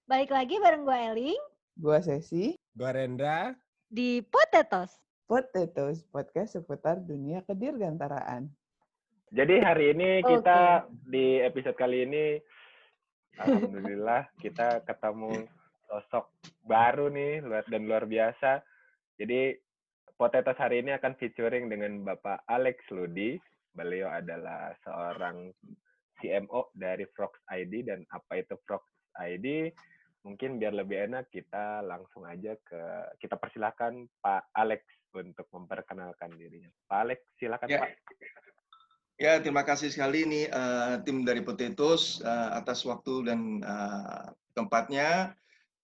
Balik lagi bareng gue Eling Gua Sesi, Gua Rendra. di Potatoes. Potatoes, podcast seputar dunia kedirgantaraan. Jadi hari ini kita Oke. di episode kali ini, alhamdulillah kita ketemu sosok baru nih dan luar biasa. Jadi Potatoes hari ini akan featuring dengan Bapak Alex Ludi. Beliau adalah seorang CMO dari Frogs ID. Dan apa itu Frogs ID? Mungkin biar lebih enak kita langsung aja kita persilahkan Pak Alex untuk memperkenalkan dirinya. Pak Alex, silakan Ya. Pak. Ya, terima kasih sekali nih tim dari Potatoes atas waktu dan tempatnya.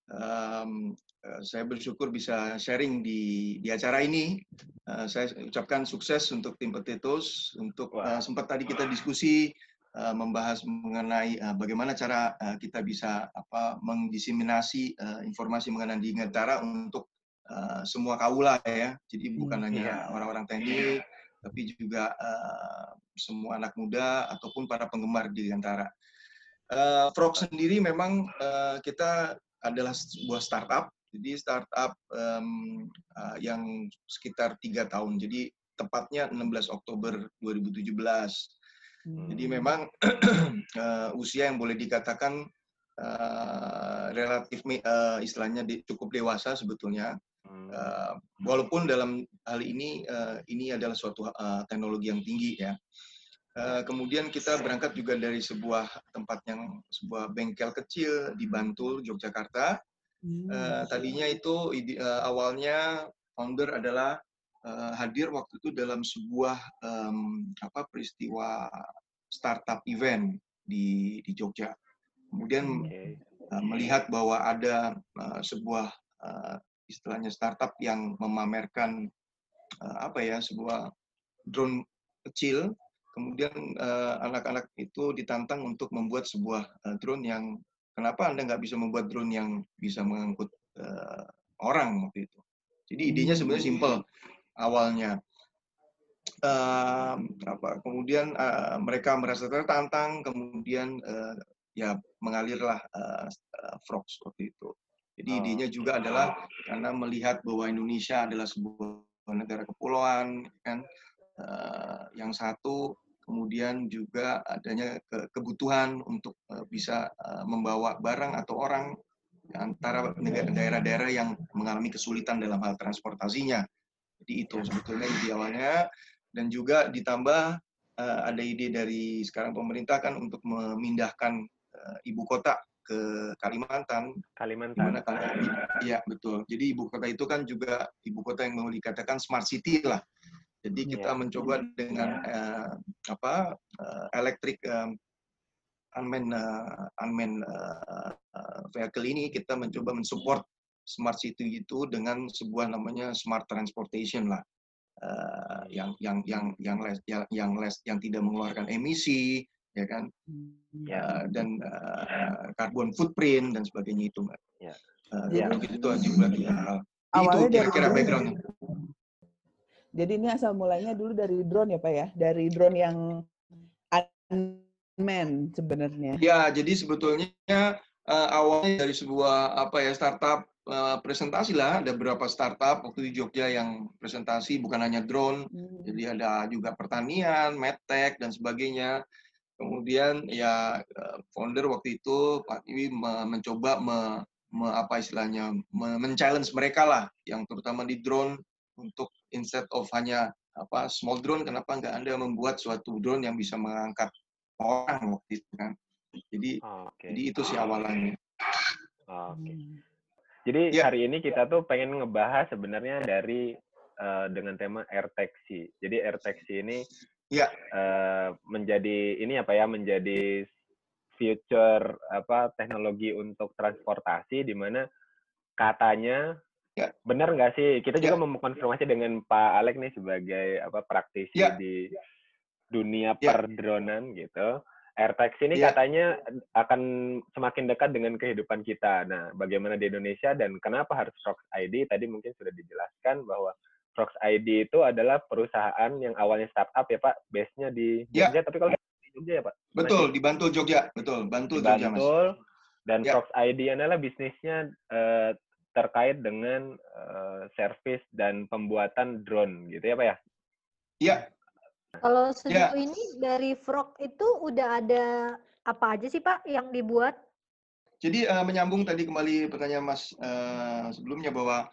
Saya bersyukur bisa sharing di acara ini. Saya ucapkan sukses untuk tim Potatoes untuk sempat tadi kita diskusi membahas mengenai bagaimana cara kita bisa mengdiseminasi informasi mengenai Dirgantara untuk semua kaula ya. Jadi bukan hanya orang-orang teknik, tapi juga semua anak muda ataupun para penggemar Dirgantara. Frog sendiri memang kita adalah sebuah startup, jadi startup yang sekitar 3 tahun, jadi tepatnya 16 Oktober 2017. Jadi memang usia yang boleh dikatakan relatif istilahnya cukup dewasa sebetulnya. Walaupun dalam hal ini adalah suatu teknologi yang tinggi ya. Kemudian kita berangkat juga dari sebuah bengkel kecil di Bantul, Yogyakarta. Tadinya itu awalnya founder adalah hadir waktu itu dalam sebuah peristiwa startup event di Jogja. Kemudian melihat bahwa ada sebuah istilahnya startup yang memamerkan sebuah drone kecil. Kemudian anak-anak itu ditantang untuk membuat sebuah drone yang, kenapa Anda nggak bisa membuat drone yang bisa mengangkut orang waktu itu. Jadi idenya sebenarnya simpel awalnya. Kemudian mereka merasa tertantang, kemudian ya mengalirlah Frogs waktu itu. Jadi idenya juga adalah karena melihat bahwa Indonesia adalah sebuah negara kepulauan, kan, yang satu, kemudian juga adanya kebutuhan untuk bisa membawa barang atau orang antara daerah-daerah yang mengalami kesulitan dalam hal transportasinya. Jadi itu sebetulnya ide awalnya, dan juga ditambah ada ide dari sekarang pemerintah kan untuk memindahkan ibu kota ke Kalimantan. Iya betul. Jadi ibu kota itu kan juga ibu kota yang mau dikatakan smart city lah. Jadi kita mencoba dengan electric unmanned vehicle ini, kita mencoba mensupport smart city itu dengan sebuah namanya smart transportation lah, yang tidak mengeluarkan emisi, ya kan, dan carbon footprint dan sebagainya itu, Mbak. Itu juga itu kira-kira background. Jadi ini asal mulanya dulu dari drone ya Pak ya? Dari drone yang unmanned sebenarnya. Ya, jadi sebetulnya awalnya dari sebuah startup presentasi lah. Ada beberapa startup waktu di Jogja yang presentasi, bukan hanya drone. Jadi ada juga pertanian, medtech dan sebagainya. Kemudian ya founder waktu itu Pak Iwi mencoba men-challenge mereka lah, yang terutama di drone, untuk instead of hanya small drone, kenapa nggak Anda membuat suatu drone yang bisa mengangkat orang waktu itu kan. Jadi itu sih awalannya. Jadi hari ini kita tuh pengen ngebahas sebenarnya dari dengan tema air taxi. Jadi air taxi ini menjadi future teknologi untuk transportasi, di mana katanya benar nggak sih? Kita juga mau konfirmasi dengan Pak Alex nih sebagai praktisi di dunia perdronan gitu. Air taxi ini katanya akan semakin dekat dengan kehidupan kita. Nah, bagaimana di Indonesia dan kenapa harus Frogs ID? Tadi mungkin sudah dijelaskan bahwa Frogs ID itu adalah perusahaan yang awalnya startup ya Pak, base-nya di Jogja, tapi kalau di Jogja ya Pak? Betul, di Bantul Jogja, betul, Bantul Jogja. Bantul. Dan Ya. Frogs ID adalah bisnisnya terkait dengan service dan pembuatan drone gitu ya Pak ya? Iya. Kalau Ya. sejauh ini dari Frog itu udah ada apa aja sih Pak yang dibuat? Jadi menyambung tadi kembali pertanyaan Mas sebelumnya bahwa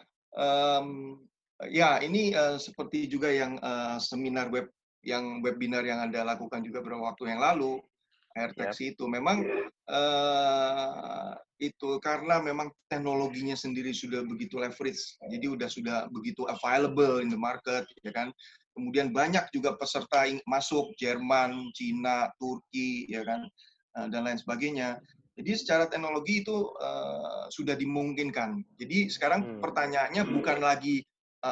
ya ini seperti juga yang seminar webinar yang Anda lakukan juga beberapa waktu yang lalu, AirTaxi itu memang itu karena memang teknologinya sendiri sudah begitu leverage, jadi sudah begitu available in the market, ya kan. Kemudian banyak juga peserta masuk, Jerman, Cina, Turki, ya kan, dan lain sebagainya. Jadi secara teknologi itu sudah dimungkinkan. Jadi sekarang pertanyaannya bukan lagi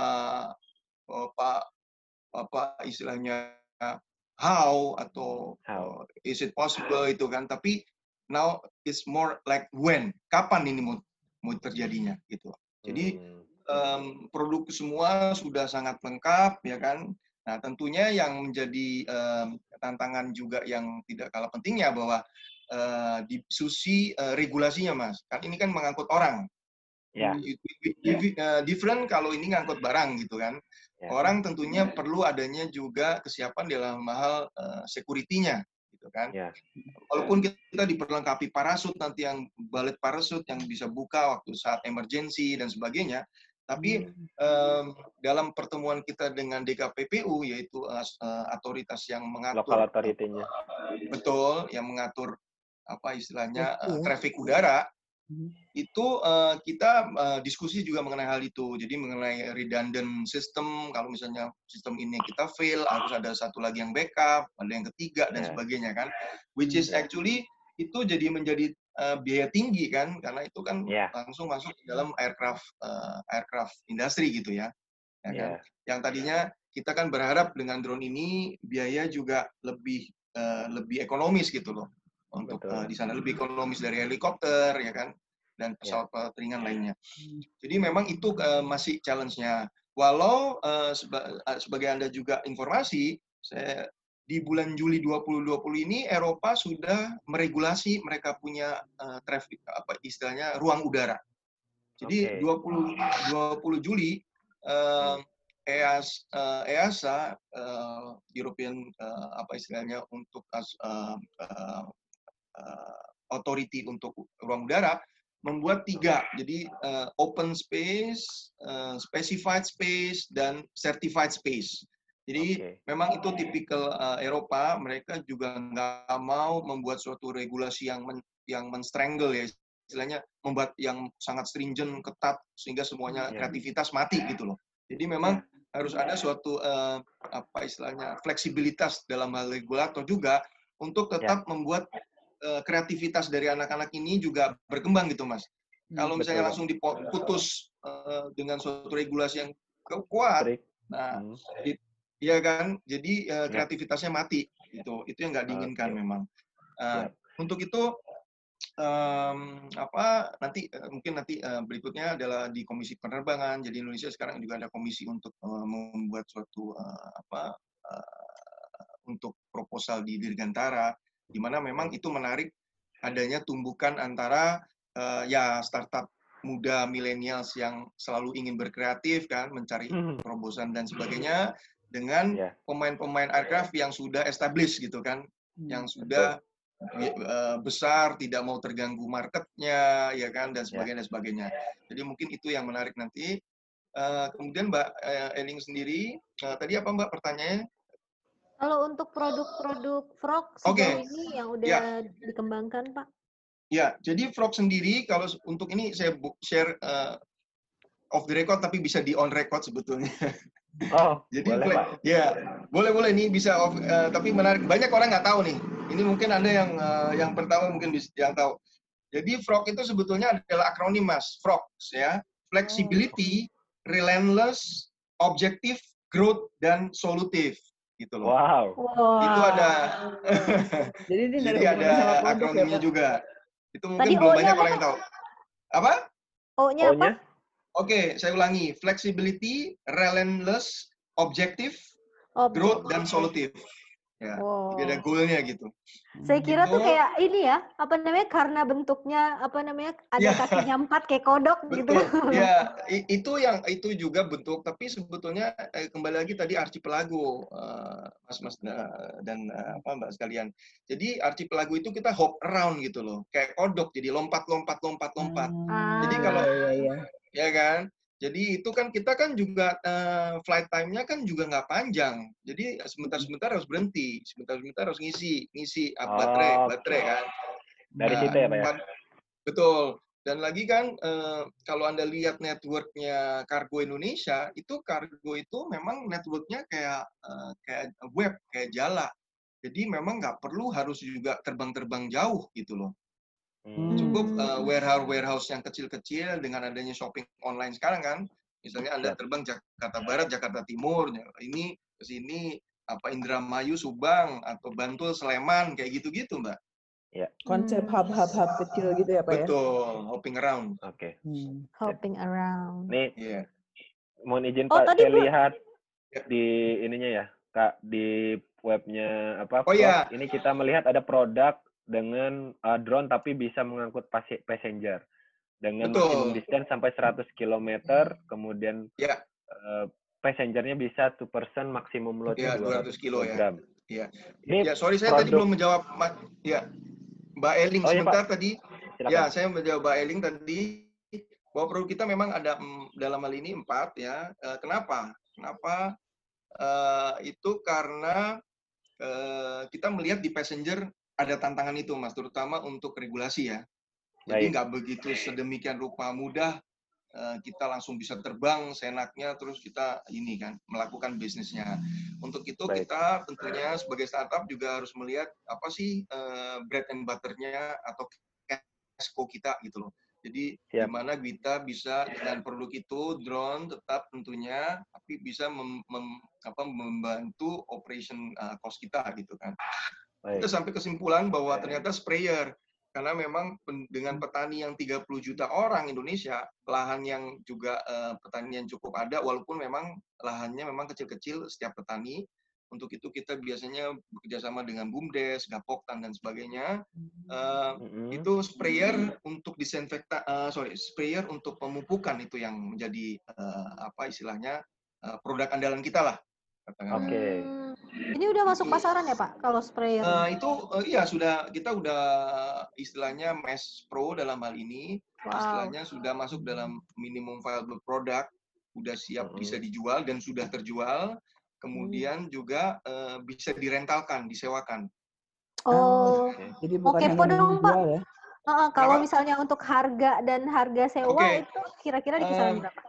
apa istilahnya how atau is it possible itu kan, tapi now it's more like when, kapan ini mau terjadinya gitu. Jadi produk semua sudah sangat lengkap ya kan. Nah tentunya yang menjadi tantangan juga yang tidak kalah pentingnya bahwa diskusi regulasinya Mas, kan ini kan mengangkut orang. Ya. Different kalau ini ngangkut barang gitu kan. Ya. Orang tentunya perlu adanya juga kesiapan dalam hal security-nya gitu kan. Ya. Walaupun kita diperlengkapi parasut nanti yang balet parasut yang bisa buka waktu saat emergency dan sebagainya, tapi dalam pertemuan kita dengan DKPPU yaitu otoritas yang mengatur Local authority-nya. Betul, yang mengatur apa istilahnya traffic udara, itu kita diskusi juga mengenai hal itu. Jadi mengenai redundant system, kalau misalnya sistem ini kita fail, harus ada satu lagi yang backup, ada yang ketiga dan sebagainya kan. Which is actually itu menjadi biaya tinggi kan, karena itu kan langsung masuk ke dalam aircraft industry gitu ya. Ya kan? Yang tadinya kita kan berharap dengan drone ini biaya juga lebih ekonomis gitu loh. Untuk di sana lebih ekonomis dari helikopter ya kan, dan pesawat ringan lainnya. Jadi memang itu masih challenge-nya. Walau sebagai Anda juga informasi, di bulan Juli 2020 ini Eropa sudah meregulasi mereka punya traffic apa istilahnya ruang udara. Jadi 20 Juli EASA European apa istilahnya untuk authority untuk ruang udara membuat 3. Jadi open space, specified space, dan certified space. Jadi memang itu tipikal Eropa, mereka juga nggak mau membuat suatu regulasi yang men-strangle ya, istilahnya membuat yang sangat stringent, ketat, sehingga semuanya kreativitas mati gitu loh. Jadi memang harus ada suatu apa istilahnya fleksibilitas dalam hal regulator juga untuk tetap membuat kreativitas dari anak-anak ini juga berkembang gitu Mas. Kalau misalnya langsung diputus dengan suatu regulasi yang kuat, nah iya kan, jadi kreativitasnya mati gitu. Itu yang nggak diinginkan memang. Untuk itu nanti mungkin berikutnya adalah di Komisi Penerbangan. Jadi Indonesia sekarang juga ada komisi untuk membuat suatu untuk proposal di Dirgantara, di mana memang itu menarik adanya tumbukan antara startup muda milenials yang selalu ingin berkreatif kan, mencari terobosan dan sebagainya, dengan pemain-pemain aircraft yang sudah established gitu kan, yang sudah besar, tidak mau terganggu marketnya, ya kan, dan sebagainya. Jadi mungkin itu yang menarik nanti. Kemudian Mbak Eling sendiri, tadi apa Mbak pertanyaannya? Kalau untuk produk-produk Frog sejauh ini yang udah dikembangkan, Pak? Ya, jadi Frog sendiri, kalau untuk ini saya share off the record, tapi bisa di on record sebetulnya. Oh, jadi boleh, Pak. Ya, boleh ini bisa off, tapi menarik. Banyak orang nggak tahu nih. Ini mungkin Anda yang pertama mungkin yang tahu. Jadi Frog itu sebetulnya adalah akronim Mas. Frogs ya, flexibility, relentless, objective, growth, dan solutive. Gitu loh. Wow. Itu ada. Jadi ini Jadi ada akronimnya juga. Itu mungkin tadi belum O-nya banyak orang yang tahu. Apa? O-nya apa? Oke, saya ulangi. Flexibility, relentless, objective, growth, dan solutive. Ya, Wow. jadi ada goalnya gitu. Saya kira Itu, tuh kayak ini ya, apa namanya, karena bentuknya apa namanya, ada ya, kakinya 4 kayak kodok gitu. betul. Ya, itu juga bentuk, tapi sebetulnya kembali lagi tadi archipelago, Mas dan apa Mbak sekalian. Jadi archipelago itu kita hop around gitu loh, kayak kodok, jadi lompat. Jadi kalau ya kan, jadi itu kan kita kan juga flight time-nya kan juga nggak panjang. Jadi sebentar-sebentar harus berhenti, sebentar-sebentar harus ngisi baterai kan. Dari situ ya Pak ya? Betul. Dan lagi kan kalau Anda lihat network-nya Kargo Indonesia, itu Kargo itu memang network-nya kayak web, kayak jala. Jadi memang nggak perlu harus juga terbang-terbang jauh gitu loh. Cukup warehouse yang kecil-kecil dengan adanya shopping online sekarang kan. Misalnya Anda terbang Jakarta Barat, Jakarta Timur, ini ke sini apa Indramayu, Subang atau Bantul, Sleman kayak gitu-gitu, Mbak. Ya. Konsep hub kecil gitu ya, Pak ya? Betul, hopping around. Oke. Hopping around. Nih, mohon izin Pak, saya lihat di ininya ya, Kak, di webnya apa? Ini kita melihat ada produk dengan drone tapi bisa mengangkut passenger dengan maximum distance sampai 100 km, kemudian passengernya bisa 2% maksimum load 200 kg. Iya. Ya, sorry saya tadi belum menjawab. Ya, Mbak Eling sebentar tadi. Silakan. Ya, saya menjawab Mbak Eling tadi bahwa produk kita memang ada dalam hal ini 4 ya. Kenapa? Itu karena kita melihat di passenger ada tantangan itu, Mas, terutama untuk regulasi ya. Jadi nggak begitu sedemikian rupa mudah kita langsung bisa terbang seenaknya terus kita ini kan melakukan bisnisnya. Untuk itu kita tentunya sebagai startup juga harus melihat apa sih bread and butter-nya atau cash flow kita gitu loh. Jadi gimana kita bisa dengan produk itu drone tetap tentunya tapi bisa membantu operation cost kita gitu kan. Kita sampai kesimpulan bahwa ternyata sprayer, karena memang dengan petani yang 30 juta orang Indonesia, lahan yang juga pertanian cukup ada, walaupun memang lahannya memang kecil-kecil setiap petani. Untuk itu kita biasanya bekerjasama dengan BUMDes, Gapoktan dan sebagainya. Itu sprayer untuk sprayer untuk pemupukan itu yang menjadi apa istilahnya produk andalan kita lah. Oke. Ini udah masuk pasaran ya Pak kalau sprayer? Iya kita udah istilahnya mass pro dalam hal ini. Istilahnya sudah masuk dalam minimum viable product, udah siap bisa dijual dan sudah terjual. Kemudian juga bisa direntalkan, disewakan. Oh, jadi bukan kepo dong Pak. ya? Kalau misalnya untuk harga dan harga sewa itu kira-kira di kisaran berapa?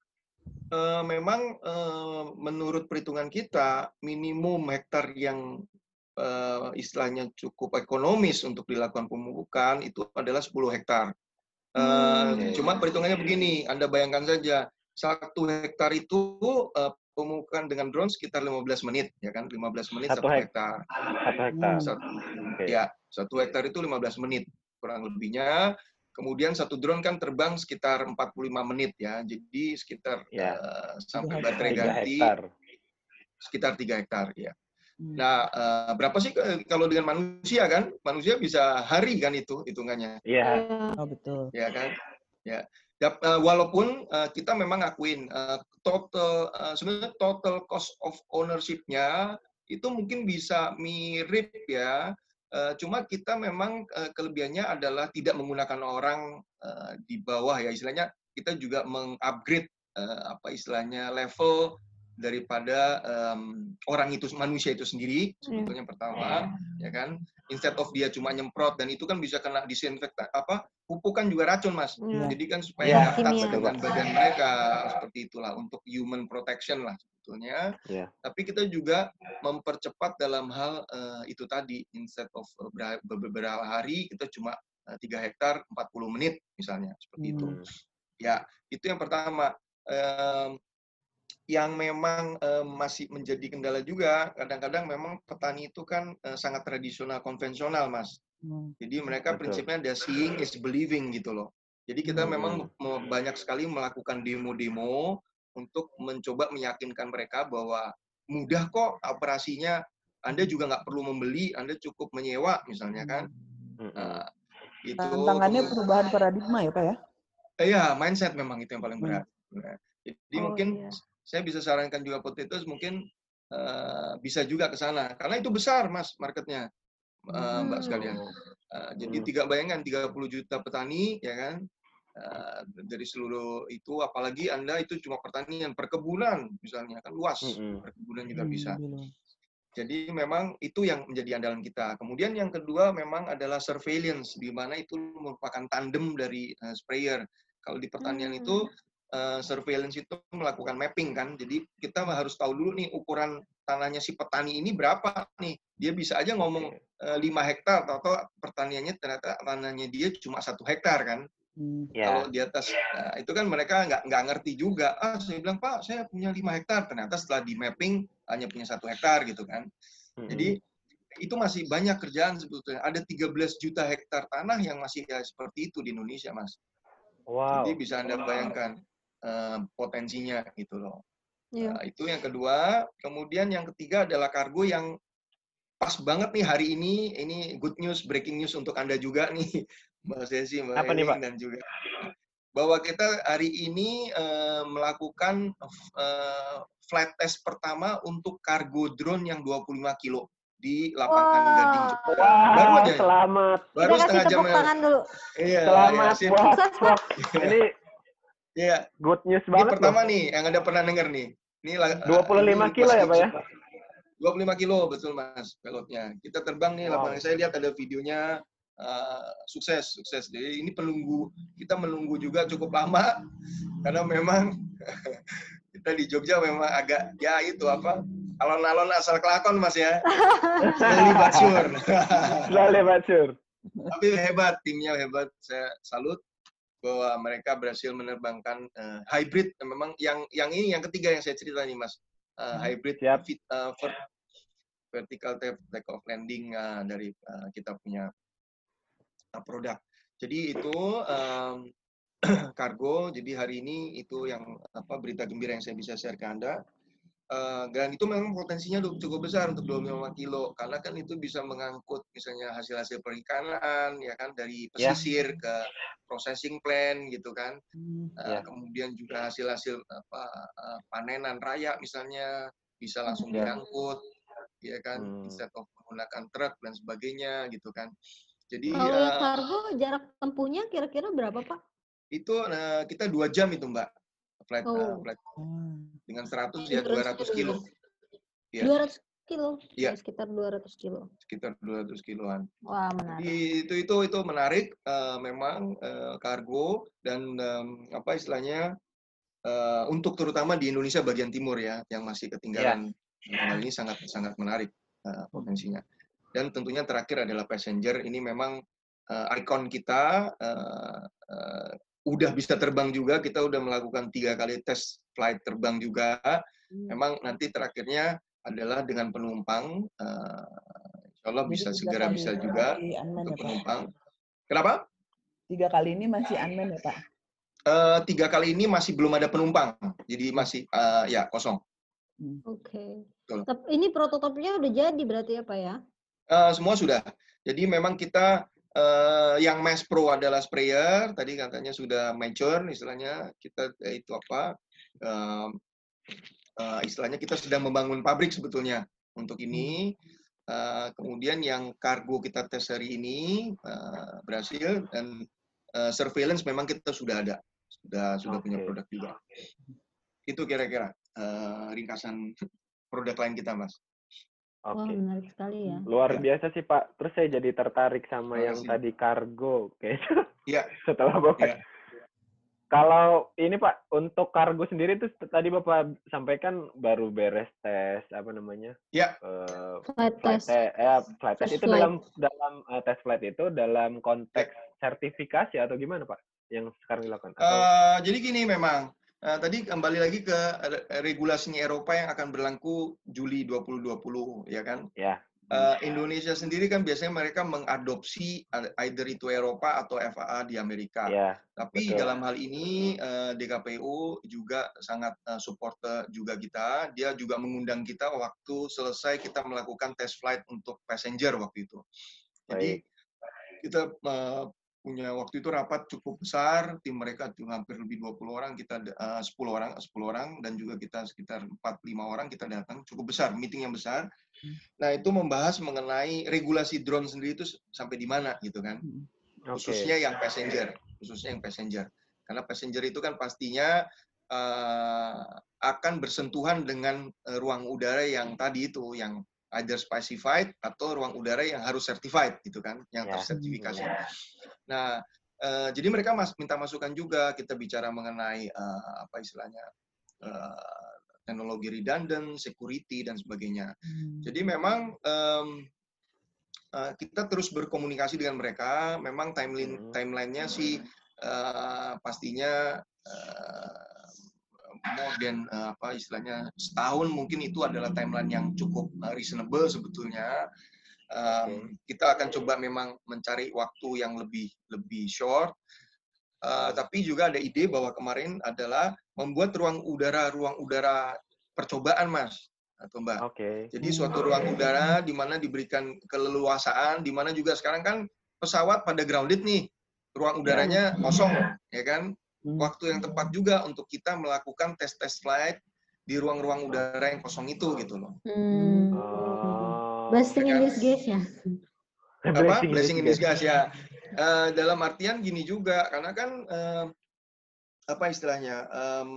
Memang menurut perhitungan kita minimum hektar yang istilahnya cukup ekonomis untuk dilakukan pemupukan itu adalah 10 hektar. Cuma perhitungannya begini, Anda bayangkan saja 1 hektar itu pemupukan dengan drone sekitar 15 menit, ya kan? 15 menit 1 hektar. 1 hektar. Ya, 1 hektar itu 15 menit kurang lebihnya. Kemudian 1 drone kan terbang sekitar 45 menit ya. Jadi sekitar sampai baterai ganti sekitar 3 hektar ya. Nah, berapa sih kalau dengan manusia kan? Manusia bisa hari kan itu hitungannya. Iya. Oh, betul. Ya kan? Ya. Walaupun kita memang akuin sebenarnya total cost of ownership-nya itu mungkin bisa mirip ya. Cuma kita memang kelebihannya adalah tidak menggunakan orang di bawah ya, istilahnya kita juga mengupgrade apa istilahnya level daripada orang itu manusia itu sendiri sebetulnya pertama ya kan, instead of dia cuma nyemprot dan itu kan bisa kena disinfektan apa pupuk kan juga racun Mas, jadi kan supaya nggak touch dengan badan mereka seperti itulah untuk human protection lah sebetulnya. Tapi kita juga mempercepat dalam hal itu tadi, instead of beberapa hari kita cuma 3 hektar 40 menit misalnya seperti itu. Ya, itu yang pertama. Yang memang masih menjadi kendala juga kadang-kadang memang petani itu kan sangat tradisional konvensional Mas. Jadi mereka prinsipnya ada seeing is believing gitu loh. Jadi kita memang banyak sekali melakukan demo-demo untuk mencoba meyakinkan mereka bahwa mudah kok operasinya, Anda juga nggak perlu membeli, Anda cukup menyewa misalnya kan. Itu tantangannya perubahan paradigma ya Pak ya? Iya, mindset memang itu yang paling berat. Nah, jadi mungkin saya bisa sarankan juga Potatoes mungkin bisa juga ke sana karena itu besar Mas marketnya, Mbak sekalian. Jadi bayangkan 30 juta petani ya kan, dari seluruh itu, apalagi Anda itu cuma pertanian, perkebunan misalnya kan luas, perkebunan juga bisa. Jadi memang itu yang menjadi andalan kita. Kemudian yang kedua memang adalah surveillance, di mana itu merupakan tandem dari sprayer. Kalau di pertanian itu surveillance itu melakukan mapping kan. Jadi kita harus tahu dulu nih ukuran tanahnya si petani ini berapa nih. Dia bisa aja ngomong 5 hektar atau pertaniannya ternyata tanahnya dia cuma 1 hektar kan. Kalau di atas itu kan mereka nggak ngerti juga. Saya bilang Pak, saya punya 5 hektar. Ternyata setelah di mapping hanya punya 1 hektar gitu kan. Jadi itu masih banyak kerjaan sebetulnya. Ada 13 juta hektar tanah yang masih seperti itu di Indonesia, Mas. Wow. Jadi bisa Anda bayangkan potensinya gitu loh. Itu yang kedua. Kemudian yang ketiga adalah kargo yang pas banget nih hari ini good news, breaking news untuk Anda juga nih, Mbak Sesi, Mbak Eling, dan juga bahwa kita hari ini melakukan flight test pertama untuk kargo drone yang 25 kilo di lapangan Gading Jogja. Baru aja. Selamat. Baru kita setengah kasih jam. Tepuk tangan dulu. Iya, selamat buat Prof. Ini good news banget. Ini pertama nih yang Anda pernah dengar nih. Ini 25 kilo ya, Pak ya? 25 kilo betul Mas pilotnya. Kita terbang nih lapangan. Saya lihat ada videonya. Sukses. Jadi ini kita menunggu juga cukup lama karena memang kita di Jogja memang agak alon-alon asal kelakon Mas ya. Slowly but sure. Tapi hebat, timnya hebat. Saya salut bahwa mereka berhasil menerbangkan hybrid. Memang yang ini yang ketiga yang saya cerita nih Mas. Hybrid vertical take-off landing dari kita punya produk. Jadi itu kargo. Jadi hari ini itu yang berita gembira yang saya bisa share ke Anda. Dan itu memang potensinya cukup besar untuk 25 kilo karena kan itu bisa mengangkut misalnya hasil-hasil perikanan ya kan dari pesisir ke processing plant gitu kan. Kemudian juga hasil-hasil panenan raya misalnya bisa langsung diangkut ya kan instead of menggunakan truk dan sebagainya gitu kan. Jadi kalau yang kargo jarak tempuhnya kira-kira berapa Pak? Itu kita 2 jam itu Mbak. Flight dengan 100 ya 200 kilo. Ya. 200 kilo? Ya, sekitar 200 kilo. Sekitar 200 kiloan. Wah, menarik. Jadi itu menarik memang kargo dan istilahnya untuk terutama di Indonesia bagian timur ya yang masih ketinggalan. Ini sangat menarik potensinya. Dan tentunya terakhir adalah passenger. Ini memang ikon kita udah bisa terbang juga. Kita udah melakukan 3 kali tes flight terbang juga. Memang nanti terakhirnya adalah dengan penumpang. Insya Allah bisa segera bisa juga untuk penumpang. Kenapa? 3 kali ini masih unmanned ya Pak? 3 kali ini masih belum ada penumpang. Jadi masih kosong. Oke. Ini prototipnya udah jadi berarti ya Pak ya? Semua sudah. Jadi memang kita yang mass pro adalah sprayer. Tadi katanya sudah mature, istilahnya kita itu istilahnya kita sedang membangun pabrik sebetulnya untuk ini. Kemudian yang kargo kita tes hari ini berhasil dan surveillance memang kita sudah ada, sudah punya produk juga. Itu kira-kira ringkasan produk lain kita, Mas. Wah, menarik sekali ya. Luar biasa sih Pak. Terus saya jadi tertarik sama yang tadi kargo, kayaknya. Iya. Setelah Bapak. Kalau ini Pak, untuk kargo sendiri itu tadi Bapak sampaikan baru beres tes apa namanya? Iya. Flight test. Flight test itu dalam tes flight itu dalam konteks sertifikasi atau gimana Pak? Yang sekarang dilakukan? Jadi gini memang. Tadi kembali lagi ke regulasinya Eropa yang akan berlaku Juli 2020, ya kan? Ya. Indonesia sendiri kan biasanya mereka mengadopsi either itu Eropa atau FAA di Amerika. Ya, Tapi betul. dalam hal ini DKPU juga sangat support juga kita. Dia juga mengundang kita waktu selesai kita melakukan test flight untuk passenger waktu itu. Jadi kita punya waktu itu rapat cukup besar, tim mereka hampir lebih 20 orang, kita 10 orang, dan juga kita sekitar 4-5 orang kita datang, cukup besar, meeting yang besar. Nah, itu membahas mengenai regulasi drone sendiri itu sampai di mana gitu kan. Khususnya yang passenger. Karena passenger itu kan pastinya akan bersentuhan dengan ruang udara yang tadi itu, yang either specified atau ruang udara yang harus certified gitu kan, yang tersertifikasi. Nah, jadi mereka minta masukan juga, kita bicara mengenai apa istilahnya teknologi redundant, security dan sebagainya. Jadi memang kita terus berkomunikasi dengan mereka. Memang timeline-nya sih pastinya more than apa istilahnya setahun, mungkin itu adalah timeline yang cukup reasonable sebetulnya. Kita akan coba memang mencari waktu yang lebih short. Tapi juga ada ide bahwa kemarin adalah membuat ruang udara percobaan, Mas atau Mbak. Jadi suatu ruang udara di mana diberikan keleluasaan, di mana juga sekarang kan pesawat pada grounded nih, ruang udaranya kosong, ya kan? Waktu yang tepat juga untuk kita melakukan tes flight di ruang-ruang udara yang kosong itu gitu loh. Blessing in disguise ya? Apa? Blessing in disguise ya. Dalam artian gini juga, karena kan apa istilahnya,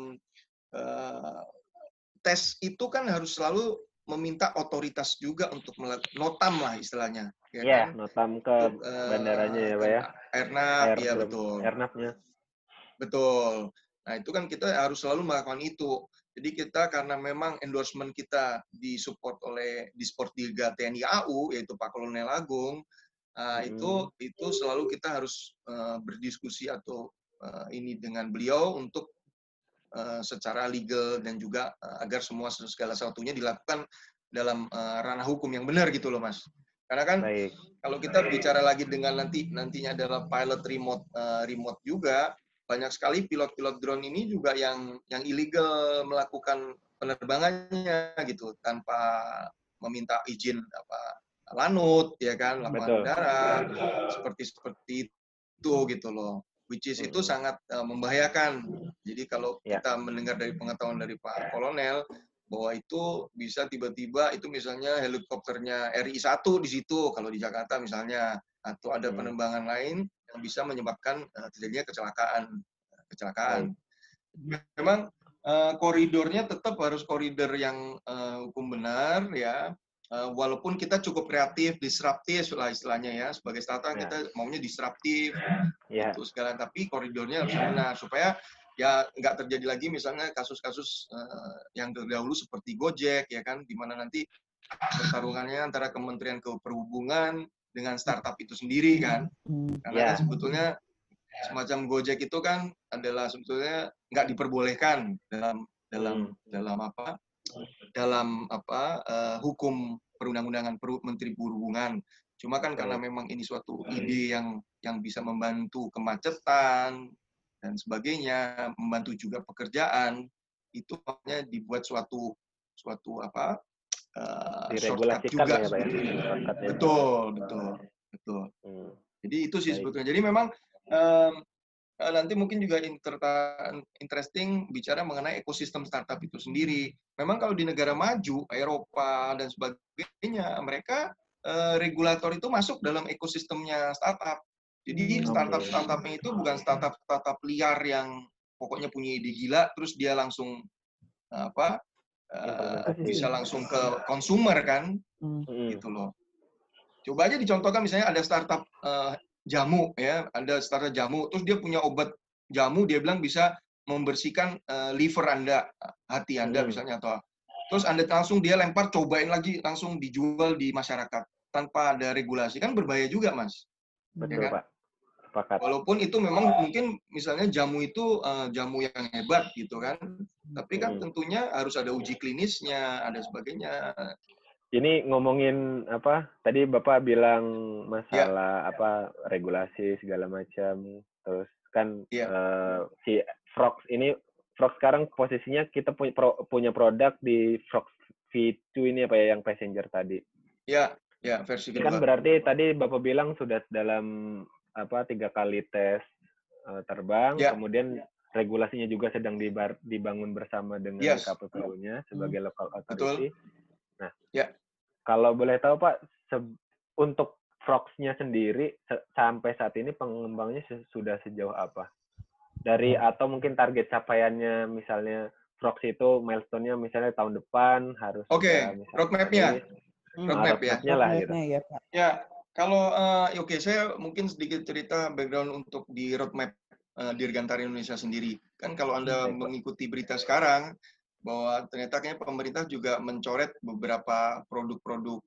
tes itu kan harus selalu meminta otoritas juga untuk notam lah istilahnya. Ya, kan? Notam ke bandaranya ya Pak ya? Airnav, ya betul. Airnavnya. Betul. Nah itu kan kita harus selalu melakukan itu. Jadi kita karena memang endorsement kita disupport oleh Disportdirga TNI AU, yaitu Pak Kolonel Agung, itu selalu kita harus berdiskusi atau ini dengan beliau untuk secara legal dan juga agar segala sesuatunya dilakukan dalam ranah hukum yang benar gitu loh Mas. Karena kan kalau kita bicara lagi dengan nantinya adalah pilot remote juga, banyak sekali pilot-pilot drone ini juga yang ilegal melakukan penerbangannya gitu tanpa meminta izin lanut ya kan, lapangan udara seperti itu gitu loh. Which is itu sangat membahayakan. Jadi kalau kita mendengar dari pengetahuan dari Pak Kolonel bahwa itu bisa tiba-tiba itu misalnya helikopternya RI-1 di situ kalau di Jakarta misalnya, atau ada penerbangan lain yang bisa menyebabkan terjadinya kecelakaan. Memang koridornya tetap harus koridor yang hukum benar ya. Walaupun kita cukup kreatif, disruptif lah istilahnya ya, sebagai startup kita maunya disruptif untuk segala, tapi koridornya harus benar supaya ya nggak terjadi lagi misalnya kasus-kasus yang terdahulu seperti Gojek ya kan, di mana nanti pertarungannya antara Kementerian Perhubungan dengan startup itu sendiri kan, karena kan sebetulnya semacam Gojek itu kan adalah sebetulnya nggak diperbolehkan dalam hukum perundang-undangan Menteri Perhubungan. Cuma kan karena memang ini suatu ide yang bisa membantu kemacetan dan sebagainya, membantu juga pekerjaan, itu makanya dibuat suatu shortcut juga. Ya, Pak, ya? Betul. Jadi itu sih sebetulnya. Jadi memang nanti mungkin juga interesting bicara mengenai ekosistem startup itu sendiri. Memang kalau di negara maju, Eropa dan sebagainya, mereka regulator itu masuk dalam ekosistemnya startup. Jadi startup-startupnya itu bukan startup liar yang pokoknya punya ide gila, terus dia langsung bisa langsung ke konsumer kan, gitu loh. Coba aja dicontohkan misalnya ada startup jamu ya, ada startup jamu, terus dia punya obat jamu, dia bilang bisa membersihkan liver Anda, hati Anda misalnya, atau terus Anda langsung dia lempar, cobain lagi, langsung dijual di masyarakat tanpa ada regulasi, kan berbahaya juga Mas. Betul, ya kan? Pak. Sepakat. Walaupun itu memang mungkin misalnya jamu itu jamu yang hebat gitu kan, tapi kan tentunya harus ada uji klinisnya, ada sebagainya. ini ngomongin apa? Tadi Bapak bilang masalah apa regulasi segala macam. Terus kan si Frogs ini sekarang posisinya kita punya produk di Frogs V2 ini apa ya yang passenger tadi. Ya, versi kedua. Kan berarti tadi Bapak bilang sudah dalam 3 kali tes terbang, kemudian regulasinya juga sedang dibangun bersama dengan KPPU-nya sebagai local authority. Betul. Nah, kalau boleh tahu Pak, untuk Frogs-nya sendiri sampai saat ini pengembangnya sudah sejauh apa? Atau mungkin target capaiannya misalnya Frogs itu milestone-nya misalnya tahun depan harus roadmap-nya. Roadmap-nya lah gitu. Ya, kalau saya mungkin sedikit cerita background untuk di roadmap Dirgantara Indonesia sendiri. Kan kalau Anda mengikuti berita sekarang bahwa ternyata kayaknya pemerintah juga mencoret beberapa produk-produk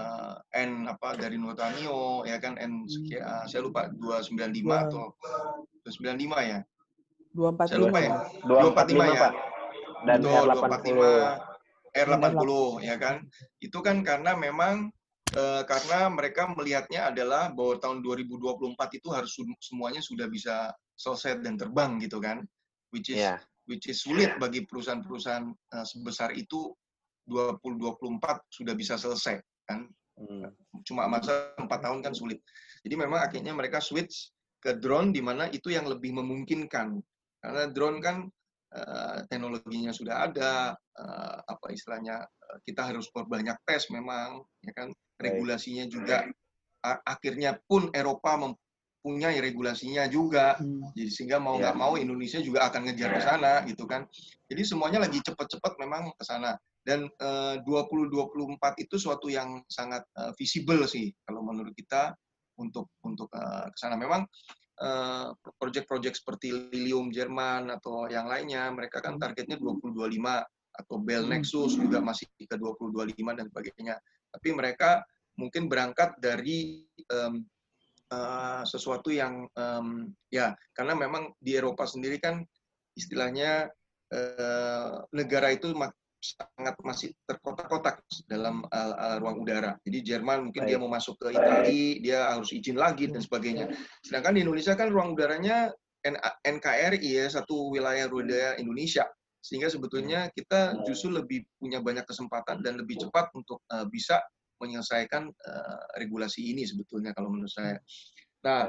dari Nutanio ya kan saya lupa 295 atau 295 ya. 245 saya lupa ya. 245 ya. Pak. Dan R85 R80 ya kan. Itu kan karena memang karena mereka melihatnya adalah bahwa tahun 2024 itu harus semuanya sudah bisa selesai dan terbang gitu kan, which is sulit bagi perusahaan-perusahaan sebesar itu 2024 sudah bisa selesai kan, cuma masa 4 tahun kan sulit. Jadi memang akhirnya mereka switch ke drone di mana itu yang lebih memungkinkan karena drone kan teknologinya sudah ada, istilahnya kita harus perbanyak tes memang ya kan, regulasinya juga akhirnya pun Eropa mempunyai regulasinya juga, jadi sehingga mau nggak mau Indonesia juga akan ngejar ke sana gitu kan. Jadi semuanya lagi cepat-cepat memang ke sana. Dan 2024 itu suatu yang sangat visible sih kalau menurut kita untuk ke sana. Memang proyek-proyek seperti Lilium Jerman atau yang lainnya mereka kan targetnya 2025 atau Bell Nexus juga masih ke 2025 dan sebagainya. Tapi mereka mungkin berangkat dari sesuatu yang karena memang di Eropa sendiri kan istilahnya negara itu sangat masih terkotak-kotak dalam ruang udara. Jadi Jerman mungkin dia mau masuk ke Italia, dia harus izin lagi dan sebagainya. Sedangkan di Indonesia kan ruang udaranya NKRI ya, satu wilayah udara Indonesia. Sehingga sebetulnya kita justru lebih punya banyak kesempatan dan lebih cepat untuk bisa menyelesaikan regulasi ini sebetulnya kalau menurut saya. Nah,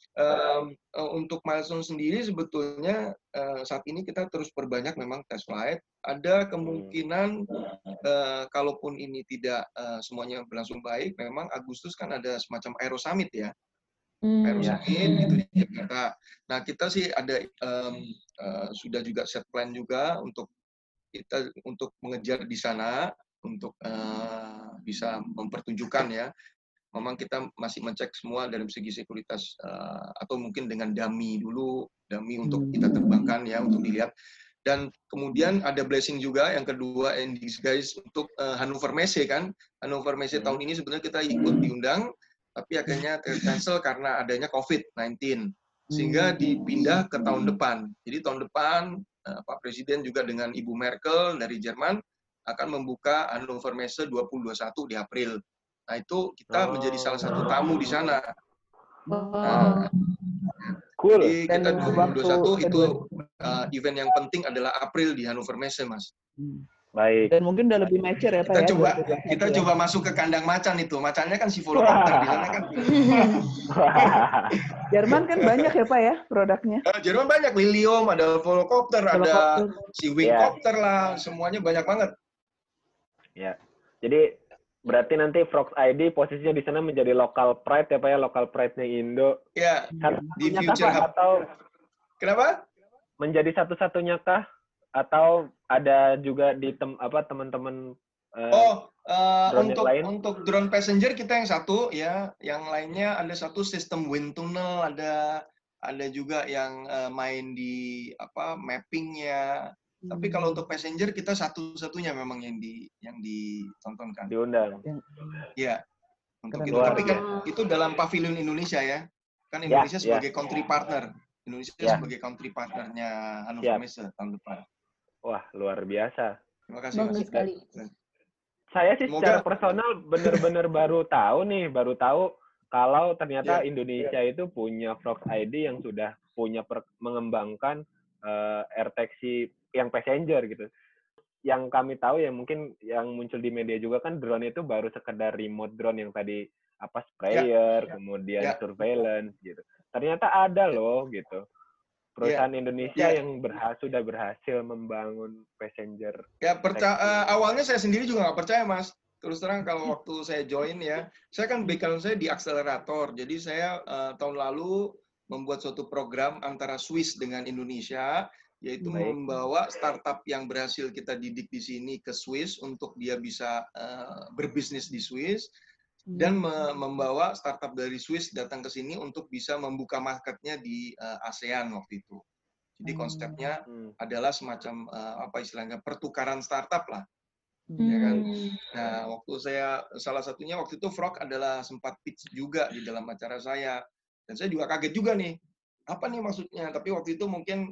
untuk milestone sendiri sebetulnya saat ini kita terus perbanyak memang test flight. Ada kemungkinan kalaupun ini tidak semuanya berlangsung baik, memang Agustus kan ada semacam Aero Summit ya. Aero Summit itu di Jakarta. Nah, kita sih ada sudah juga set plan juga untuk kita untuk mengejar di sana untuk bisa mempertunjukkan ya. Memang kita masih mencek semua dari segi sekuritas atau mungkin dengan dummy untuk kita terbangkan ya untuk dilihat. Dan kemudian ada blessing juga yang kedua in disguise untuk Hannover Messe kan. Hannover Messe tahun ini sebenarnya kita ikut diundang tapi akhirnya cancel karena adanya COVID-19 sehingga dipindah ke tahun depan. Jadi tahun depan Pak Presiden juga dengan Ibu Merkel dari Jerman akan membuka Hannover Messe 2021 di April. Nah, itu kita menjadi salah satu tamu di sana. Nah, cool. Jadi kita 2021 itu event yang penting adalah April di Hannover Messe, Mas. Baik. Dan mungkin udah lebih mature ya, Pak Kita coba masuk ke kandang macan itu. Macannya kan si volocopter di sana kan. Jerman kan banyak ya, Pak ya, produknya. Jerman banyak, Lilium, ada volocopter, ada si wingcopter lah, semuanya banyak banget. Ya. Jadi berarti nanti Frogs ID posisinya di sana menjadi local pride ya Pak ya, local pride-nya Indo. Ya, di Future Hub. Atau kenapa? Menjadi satu-satunya kah? Atau ada juga di teman-teman untuk drone passenger kita yang satu ya, yang lainnya ada satu sistem wind tunnel, ada juga yang main di mappingnya. Tapi kalau untuk passenger kita satu-satunya memang yang ditontonkan. Diundang. Iya. Untuk itu. Tapi kan itu dalam pavilion Indonesia ya. Kan Indonesia sebagai country partner. Indonesia sebagai country partnernya Hannover Messe tahun depan. Wah, luar biasa. Terima kasih Bagus Mas. sekali. Saya sih secara personal benar-benar baru tahu kalau ternyata Indonesia itu punya Frogs ID yang sudah punya mengembangkan air taxi yang passenger gitu. Yang kami tahu ya mungkin yang muncul di media juga kan drone itu baru sekedar remote drone yang tadi apa sprayer, kemudian surveillance gitu. Ternyata ada loh gitu. Perusahaan Indonesia yang sudah berhasil membangun passenger. Awalnya saya sendiri juga nggak percaya, Mas. Terus terang kalau waktu saya join ya, saya kan background saya di akselerator. Jadi saya tahun lalu membuat suatu program antara Swiss dengan Indonesia, yaitu membawa startup yang berhasil kita didik di sini ke Swiss untuk dia bisa berbisnis di Swiss. Dan membawa startup dari Swiss datang ke sini untuk bisa membuka marketnya di ASEAN waktu itu. Jadi konsepnya adalah semacam apa istilahnya pertukaran startup lah, ya kan? Nah, waktu saya salah satunya waktu itu Frog adalah sempat pitch juga di dalam acara saya, dan saya juga kaget juga nih, apa nih maksudnya? Tapi waktu itu mungkin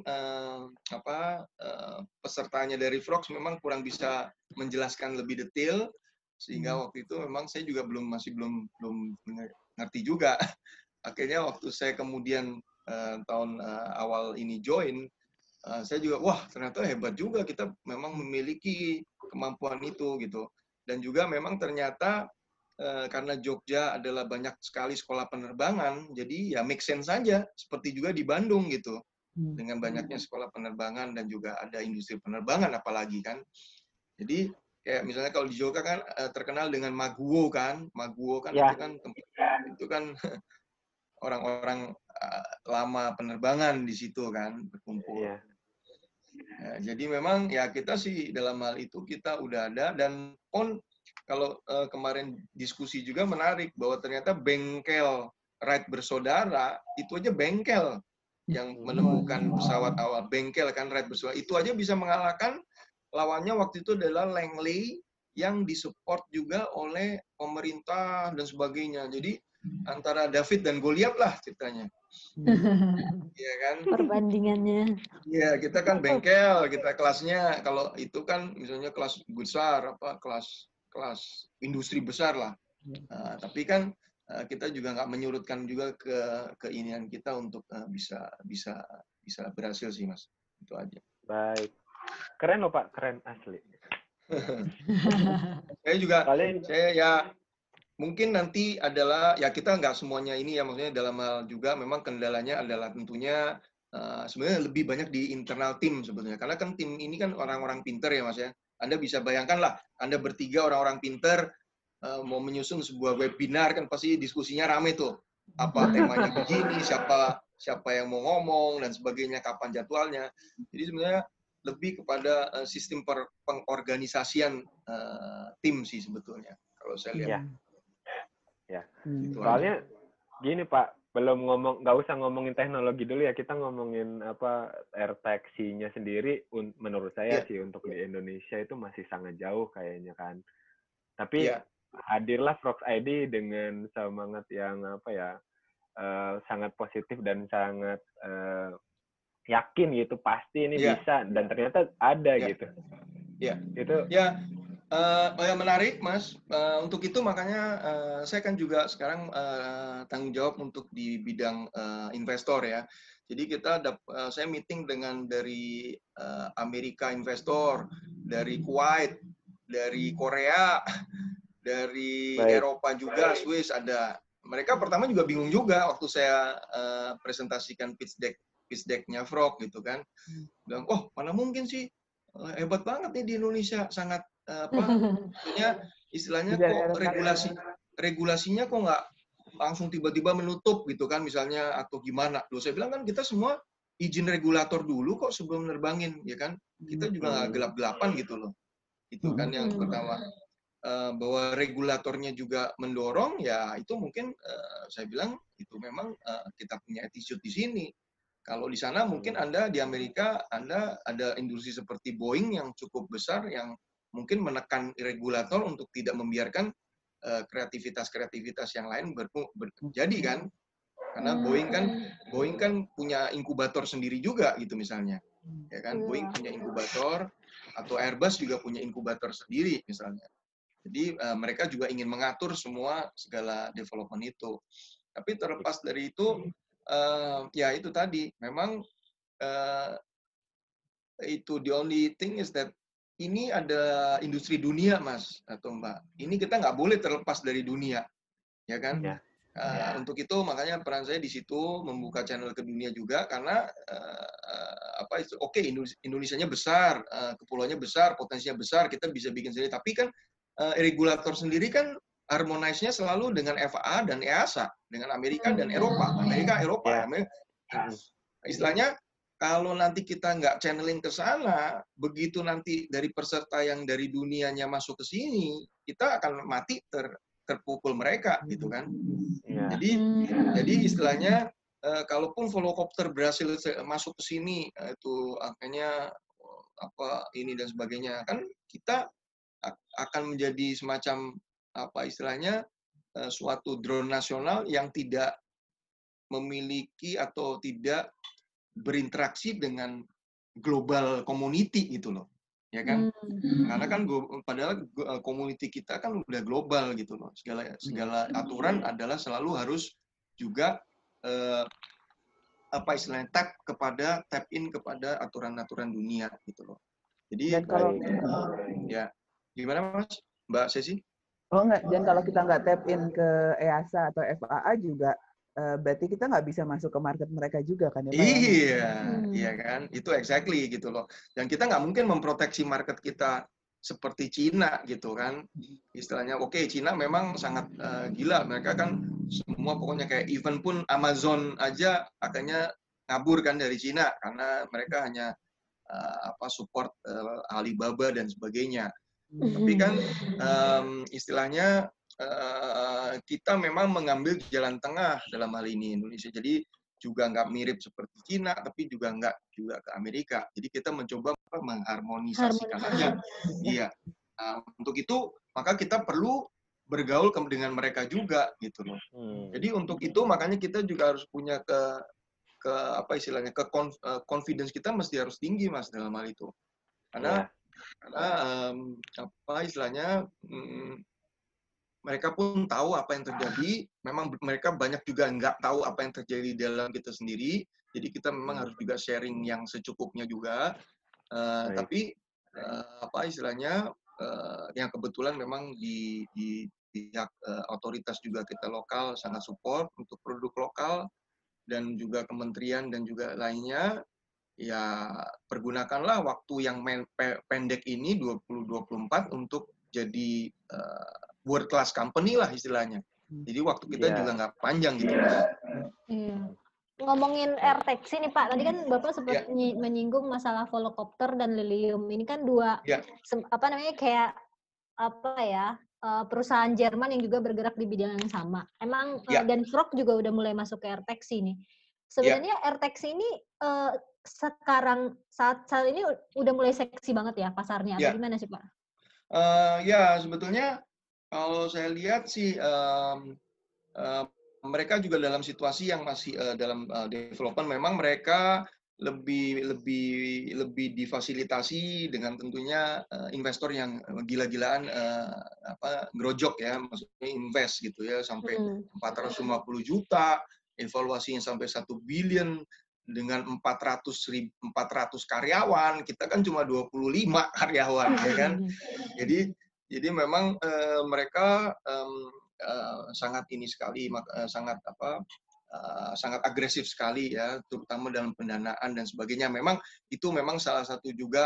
pesertanya dari Frog memang kurang bisa menjelaskan lebih detail. Sehingga waktu itu memang saya juga masih belum ngerti juga. Akhirnya waktu saya kemudian tahun awal ini join, saya juga wah ternyata hebat juga, kita memang memiliki kemampuan itu gitu. Dan juga memang ternyata karena Jogja adalah banyak sekali sekolah penerbangan, jadi ya make sense saja seperti juga di Bandung gitu. Dengan banyaknya sekolah penerbangan dan juga ada industri penerbangan apalagi kan. Jadi kayak misalnya kalau di Jogja kan terkenal dengan Maguwo kan itu kan orang-orang lama penerbangan di situ kan berkumpul. Ya, jadi memang ya kita sih dalam hal itu kita udah ada, dan kalau kemarin diskusi juga menarik bahwa ternyata bengkel Wright bersaudara itu aja bengkel yang menemukan pesawat awal, bengkel kan Wright bersaudara itu aja bisa mengalahkan lawannya waktu itu adalah Langley yang disupport juga oleh pemerintah dan sebagainya. Jadi antara David dan Goliat lah ceritanya. Iya kan? Perbandingannya. Iya, kita kan bengkel, kita kelasnya kalau itu kan misalnya kelas besar kelas industri besar lah. Tapi kan kita juga nggak menyurutkan juga keinginan kita untuk bisa berhasil sih, Mas. Itu aja. Baik. Keren loh Pak, keren asli. Saya ya mungkin nanti adalah ya kita nggak semuanya ini ya, maksudnya dalam hal juga memang kendalanya adalah tentunya sebenarnya lebih banyak di internal tim sebetulnya, karena kan tim ini kan orang-orang pinter ya Mas ya. Anda bisa bayangkan lah, Anda bertiga orang-orang pinter mau menyusun sebuah webinar kan pasti diskusinya rame tuh. Apa temanya begini, siapa yang mau ngomong dan sebagainya, kapan jadwalnya. Jadi sebenarnya lebih kepada sistem pengorganisasian tim sih sebetulnya kalau saya lihat. Ya. Soalnya gini Pak, nggak usah ngomongin teknologi dulu ya, kita ngomongin apa air taxi-nya sendiri. Menurut saya sih untuk di Indonesia itu masih sangat jauh kayaknya kan. Tapi hadirlah Frogs ID dengan semangat yang apa ya sangat positif dan sangat yakin gitu pasti ini bisa, dan ternyata ada gitu. Itu menarik Mas. Untuk itu makanya saya kan juga sekarang tanggung jawab untuk di bidang investor ya. Jadi saya meeting dengan dari Amerika investor, dari Kuwait, dari Korea, dari Eropa juga, Swiss ada. Mereka pertama juga bingung juga waktu saya presentasikan pitch deck-nya Frog gitu kan. Bilang, oh mana mungkin sih, hebat banget nih di Indonesia, sangat istilahnya kok regulasinya kok nggak langsung tiba-tiba menutup gitu kan misalnya atau gimana. Loh saya bilang kan kita semua izin regulator dulu kok sebelum nerbangin ya kan. Kita juga nggak gelap-gelapan gitu loh. Itu kan yang pertama. Bahwa regulatornya juga mendorong ya itu mungkin saya bilang itu memang kita punya attitude di sini. Kalau di sana mungkin Anda di Amerika Anda ada industri seperti Boeing yang cukup besar yang mungkin menekan regulator untuk tidak membiarkan kreativitas yang lain jadi kan, karena Boeing kan punya inkubator sendiri juga gitu misalnya, ya kan Boeing punya inkubator atau Airbus juga punya inkubator sendiri misalnya. Jadi mereka juga ingin mengatur semua segala development itu. Tapi terlepas dari itu, ya itu tadi, memang itu the only thing is that ini ada industri dunia, Mas atau Mbak. Ini kita nggak boleh terlepas dari dunia, ya kan? Untuk itu makanya peran saya di situ membuka channel ke dunia juga karena oke, Indonesianya besar, kepulauannya besar, potensinya besar, kita bisa bikin sendiri. Tapi kan regulator sendiri kan harmonize-nya selalu dengan FAA dan EASA, dengan Amerika dan Eropa. Eropa. Istilahnya kalau nanti kita nggak channeling ke sana, begitu nanti dari peserta yang dari dunianya masuk ke sini, kita akan mati terpukul mereka, gitu kan? Jadi istilahnya, kalaupun volocopter berhasil masuk ke sini, itu angkanya apa ini dan sebagainya, kan kita akan menjadi semacam apa istilahnya suatu drone nasional yang tidak memiliki atau tidak berinteraksi dengan global community gitu loh, ya kan? Karena kan padahal community kita kan udah global gitu loh. Segala aturan adalah selalu harus juga apa istilahnya tap in kepada aturan-aturan dunia gitu loh. Jadi dan kalau ya gimana Mas, Mbak Sesi? Oh enggak, dan kalau kita nggak tap in ke EASA atau FAA juga berarti kita nggak bisa masuk ke market mereka juga kan ya Pak? Iya kan, itu exactly gitu loh. Dan kita nggak mungkin memproteksi market kita seperti Cina gitu kan. Istilahnya oke, Cina memang sangat gila, mereka kan semua pokoknya kayak event pun Amazon aja akhirnya ngabur kan dari Cina karena mereka hanya support Alibaba dan sebagainya. Tapi kan istilahnya kita memang mengambil jalan tengah dalam hal ini Indonesia. Jadi juga nggak mirip seperti Cina, tapi juga nggak juga ke Amerika. Jadi kita mencoba mengharmonisasikan aja. Iya. Untuk itu maka kita perlu bergaul dengan mereka juga gitu loh. Jadi untuk itu makanya kita juga harus punya ke apa istilahnya confidence kita mesti harus tinggi Mas dalam hal itu. Karena apa istilahnya mereka pun tahu apa yang terjadi. Memang mereka banyak juga nggak tahu apa yang terjadi di dalam kita sendiri. Jadi kita memang harus juga sharing yang secukupnya juga. Tapi apa istilahnya yang kebetulan memang di pihak otoritas juga kita lokal sangat support untuk produk lokal dan juga kementerian dan juga lainnya. Ya pergunakanlah waktu yang pendek ini 2024 untuk jadi world class company lah istilahnya. Jadi waktu kita juga nggak panjang gitu Mas. Ngomongin air taxi nih Pak, tadi kan Bapak sempat menyinggung masalah volocopter dan Lilium. Ini kan dua apa namanya kayak apa ya perusahaan Jerman yang juga bergerak di bidang yang sama. Emang dan Frog juga udah mulai masuk ke air taxi nih. Sebenarnya air taxi ini sekarang saat ini udah mulai seksi banget ya pasarnya atau gimana sih Pak? Ya sebetulnya kalau saya lihat sih mereka juga dalam situasi yang masih dalam development. Memang mereka lebih difasilitasi dengan tentunya investor yang gila-gilaan grojok ya, maksudnya invest gitu ya sampai 450 juta, evaluasinya sampai 1 billion dengan 400 karyawan, kita kan cuma 25 karyawan ya kan. Jadi memang mereka sangat ini sekali sangat agresif sekali ya, terutama dalam pendanaan dan sebagainya. Memang itu memang salah satu juga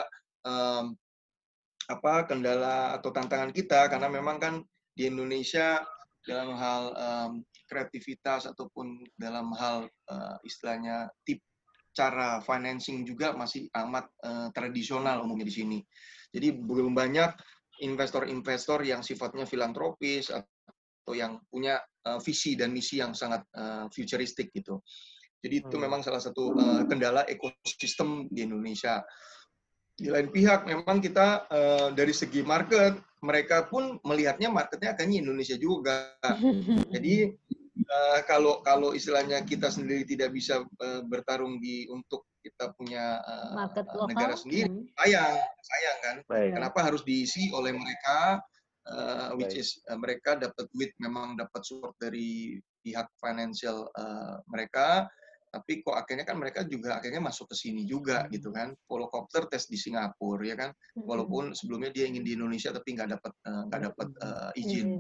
kendala atau tantangan kita karena memang kan di Indonesia dalam hal kreativitas ataupun dalam hal istilahnya cara financing juga masih amat tradisional umumnya di sini. Jadi belum banyak investor-investor yang sifatnya filantropis atau yang punya visi dan misi yang sangat futuristik gitu. Jadi itu memang salah satu kendala ekosistem di Indonesia. Di lain pihak memang kita dari segi market, mereka pun melihatnya marketnya akannya Indonesia juga. Jadi kalau istilahnya kita sendiri tidak bisa bertarung untuk kita punya negara sendiri, sayang kan. Kenapa harus diisi oleh mereka? which is mereka dapat duit, memang dapat support dari pihak financial mereka, tapi kok akhirnya kan mereka juga akhirnya masuk ke sini juga gitu kan. Volocopter tes di Singapura ya kan, walaupun sebelumnya dia ingin di Indonesia tapi nggak dapat izin.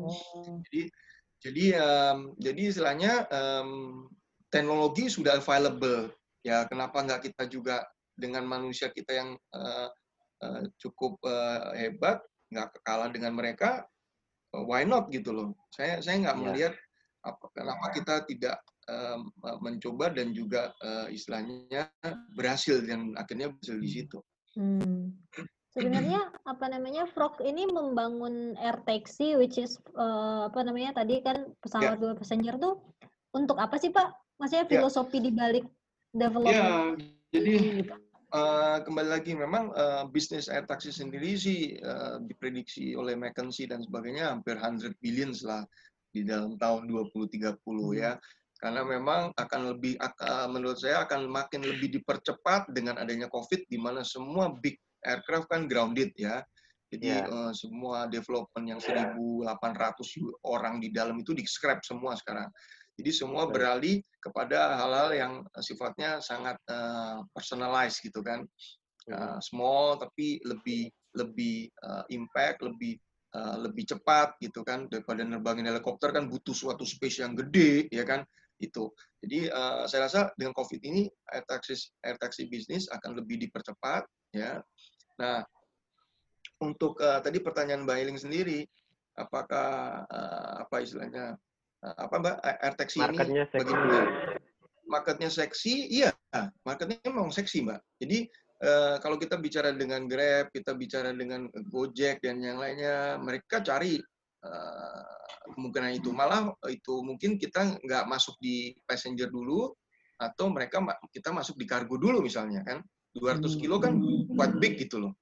Jadi istilahnya teknologi sudah available ya, kenapa nggak kita juga dengan manusia kita yang cukup hebat, nggak kalah dengan mereka, why not gitu loh. Saya nggak melihat kenapa kita tidak mencoba dan juga istilahnya berhasil dan akhirnya berhasil di situ. Sebenarnya Frog ini membangun air taxi, which is tadi kan pesawat dua passenger tuh untuk apa sih Pak? Maksudnya filosofi di balik development? Jadi kembali lagi memang bisnis air taxi sendiri sih diprediksi oleh McKinsey dan sebagainya hampir 100 billion lah di dalam tahun 2030 ya. Karena memang menurut saya akan makin lebih dipercepat dengan adanya COVID, di mana semua big aircraft kan grounded ya. Jadi semua development yang 1.800 orang di dalam itu di-scrap semua sekarang. Jadi semua beralih kepada hal-hal yang sifatnya sangat personalized gitu kan. Small tapi lebih impact, lebih cepat gitu kan, daripada nerbangin helikopter kan butuh suatu space yang gede ya kan itu. Jadi saya rasa dengan COVID ini air taxi bisnis akan lebih dipercepat ya. Nah, untuk tadi pertanyaan Mbak Eiling sendiri, apakah apa istilahnya Mbak air taxi ini bagaimana? Marketnya seksi, iya, marketnya memang seksi Mbak. Jadi kalau kita bicara dengan Grab, kita bicara dengan Gojek dan yang lainnya, mereka cari kemungkinan itu. Malah itu mungkin kita nggak masuk di passenger dulu, atau kita masuk di kargo dulu misalnya kan. 200 kilo kan quite big gitu loh,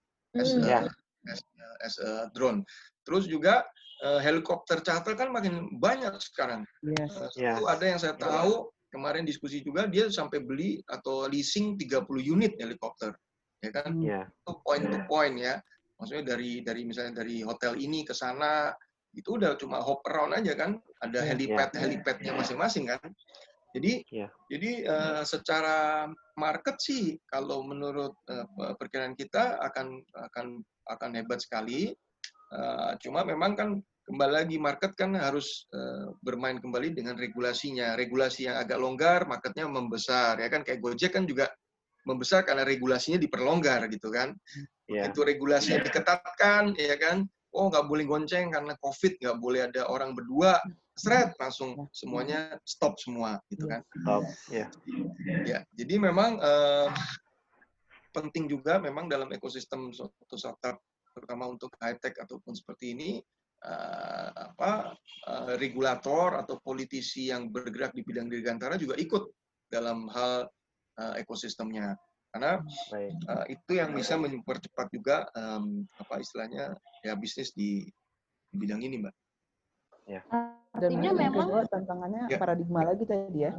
as a drone. Terus juga helikopter charter kan makin banyak sekarang. Itu ada yang saya tahu, kemarin diskusi juga, dia sampai beli atau leasing 30 unit helikopter. Ya kan? Itu point to point ya. Maksudnya dari misalnya dari hotel ini ke sana, itu udah cuma hop around aja kan. Ada helipad-helipad-nya masing-masing kan. Jadi secara market sih kalau menurut perkiraan kita akan hebat sekali. Cuma memang kan kembali lagi market kan harus bermain kembali dengan regulasinya. Regulasi yang agak longgar, marketnya membesar ya kan, kayak Gojek kan juga membesar karena regulasinya diperlonggar gitu kan. Itu regulasinya diketatkan ya kan. Oh nggak boleh gonceng karena COVID, nggak boleh ada orang berdua, langsung semuanya stop semua gitu kan. Ya, jadi memang penting juga memang dalam ekosistem suatu startup, terutama untuk high tech ataupun seperti ini, regulator atau politisi yang bergerak di bidang dirgantara juga ikut dalam hal ekosistemnya, karena itu yang bisa mempercepat juga istilahnya ya bisnis di bidang ini, Mbak. Dan memang tantangannya paradigma lagi tadi ya.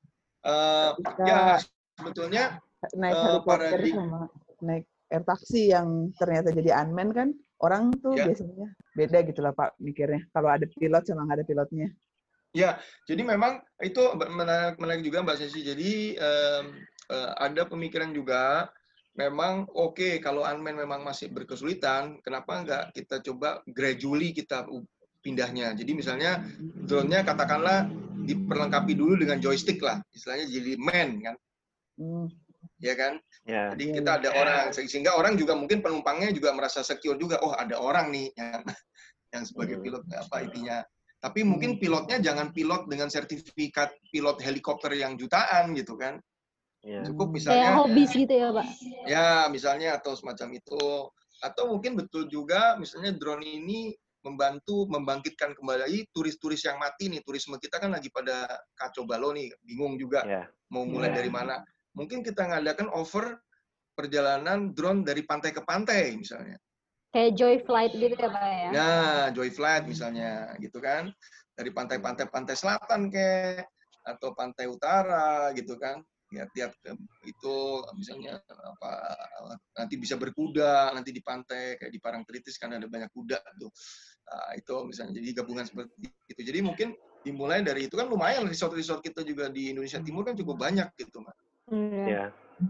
Ya sebetulnya naik helikopter sama naik air taxi yang ternyata jadi unmanned kan, orang tuh biasanya beda gitu lah Pak mikirnya, kalau ada pilot sama nggak ada pilotnya. Ya, jadi memang itu menarik juga Mbak Sesi. Jadi ada pemikiran juga, memang kalau unmanned memang masih berkesulitan, kenapa nggak kita coba gradually kita pindahnya. Jadi misalnya drone-nya katakanlah diperlengkapi dulu dengan joystick lah, istilahnya jadi man kan. Ya kan? Jadi kita ada orang, sehingga orang juga mungkin penumpangnya juga merasa secure juga. Oh ada orang nih yang sebagai pilot intinya. Tapi mungkin pilotnya jangan pilot dengan sertifikat pilot helikopter yang jutaan gitu kan. Cukup misalnya kayak hobis gitu ya Pak. Ya misalnya atau semacam itu. Atau mungkin betul juga misalnya drone ini membantu membangkitkan kembali turis-turis yang mati nih. Turisme kita kan lagi pada kacau balau nih, bingung juga mau mulai dari mana. Mungkin kita ngadakan offer perjalanan drone dari pantai ke pantai misalnya. Kayak Joy Flight gitu ya Pak ya? Nah, Joy Flight misalnya gitu kan. Dari pantai selatan atau pantai utara gitu kan. lihat itu misalnya apa nanti bisa berkuda nanti di pantai kayak di Parangtritis kan ada banyak kuda tuh. Itu misalnya jadi gabungan seperti itu. Jadi mungkin dimulai dari itu kan lumayan resort-resort kita juga di Indonesia Timur kan cukup banyak gitu, Mas. Iya.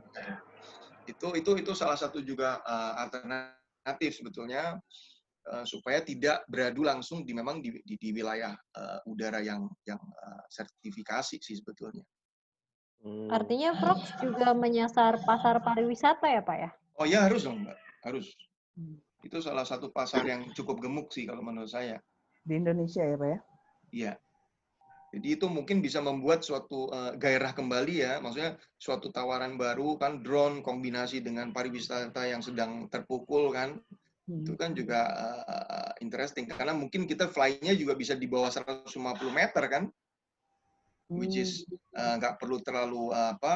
Itu salah satu juga alternatif sebetulnya supaya tidak beradu langsung di wilayah udara yang sertifikasi sih sebetulnya. Artinya Frogs juga menyasar pasar pariwisata ya Pak ya? Oh ya harus dong Mbak, harus. Itu salah satu pasar yang cukup gemuk sih kalau menurut saya. Di Indonesia ya Pak ya? Iya. Jadi itu mungkin bisa membuat suatu gairah kembali ya, maksudnya suatu tawaran baru kan drone kombinasi dengan pariwisata yang sedang terpukul kan. Itu kan juga interesting karena mungkin kita fly-nya juga bisa di bawah 150 meter kan, which is nggak perlu terlalu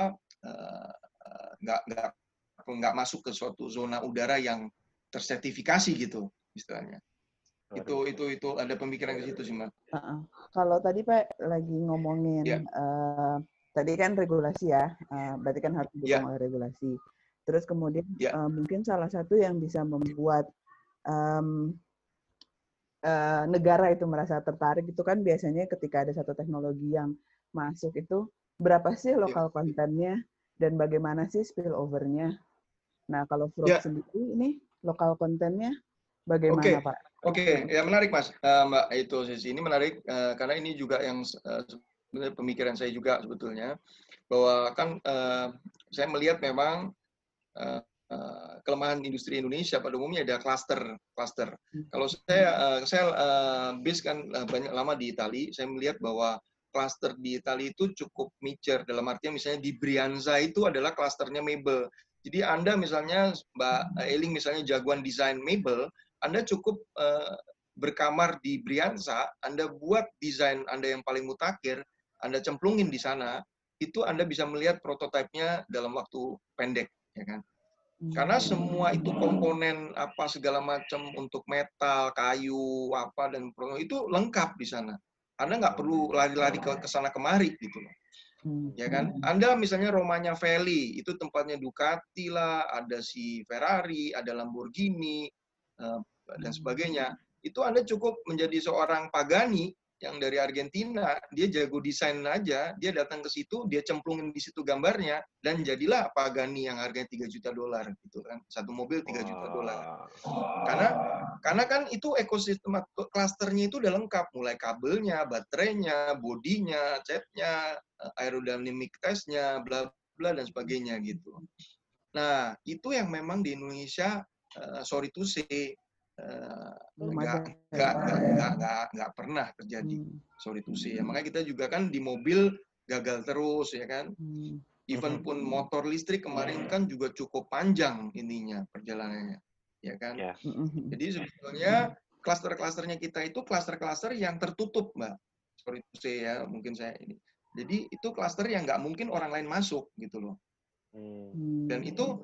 nggak masuk ke suatu zona udara yang tersertifikasi gitu istilahnya. Itu ada pemikiran ke situ sih Mas. Kalau tadi Pak lagi ngomongin tadi kan regulasi ya, berarti kan harus didukung oleh regulasi. Terus kemudian mungkin salah satu yang bisa membuat negara itu merasa tertarik itu kan biasanya ketika ada satu teknologi yang masuk itu berapa sih lokal kontennya dan bagaimana sih spillover-nya. Nah kalau Frogs sendiri ini lokal kontennya bagaimana Pak? Oke, ya menarik Mas, Mbak itu sisi ini menarik karena ini juga yang sebenarnya pemikiran saya juga sebetulnya bahwa kan saya melihat memang kelemahan industri Indonesia pada umumnya ada klaster. Kalau saya base kan banyak lama di Itali, saya melihat bahwa klaster di Itali itu cukup mature dalam artian misalnya di Brianza itu adalah klasternya mebel. Jadi Anda misalnya Mbak Eling misalnya jagoan desain mebel, Anda cukup berkamar di Brianza, Anda buat desain Anda yang paling mutakhir, Anda cemplungin di sana, itu Anda bisa melihat prototipenya dalam waktu pendek, ya kan? Karena semua itu komponen apa segala macam untuk metal, kayu, apa dan itu lengkap di sana. Anda nggak perlu lari-lari ke sana kemari gitu loh. Ya kan? Anda misalnya Romagna Valley, itu tempatnya Ducati lah, ada si Ferrari, ada Lamborghini dan sebagainya. Itu Anda cukup menjadi seorang Pagani yang dari Argentina, dia jago desain aja, dia datang ke situ, dia cemplungin di situ gambarnya, dan jadilah Pagani yang harganya $3 juta gitu kan. Satu mobil $3 juta. Karena kan itu ekosistem klasternya itu udah lengkap, mulai kabelnya, baterainya, bodinya, catnya, aerodynamic testnya, bla bla dan sebagainya gitu. Nah, itu yang memang di Indonesia sorry to say nggak pernah terjadi, sorry to say ya. Makanya kita juga kan di mobil gagal terus ya kan. Even pun motor listrik kemarin kan juga cukup panjang ininya perjalanannya, ya kan. Jadi sebetulnya klaster-klasternya kita itu klaster-klaster yang tertutup, Mbak. Sorry to say ya, mungkin saya ini. Jadi itu klaster yang nggak mungkin orang lain masuk gitu loh. Dan itu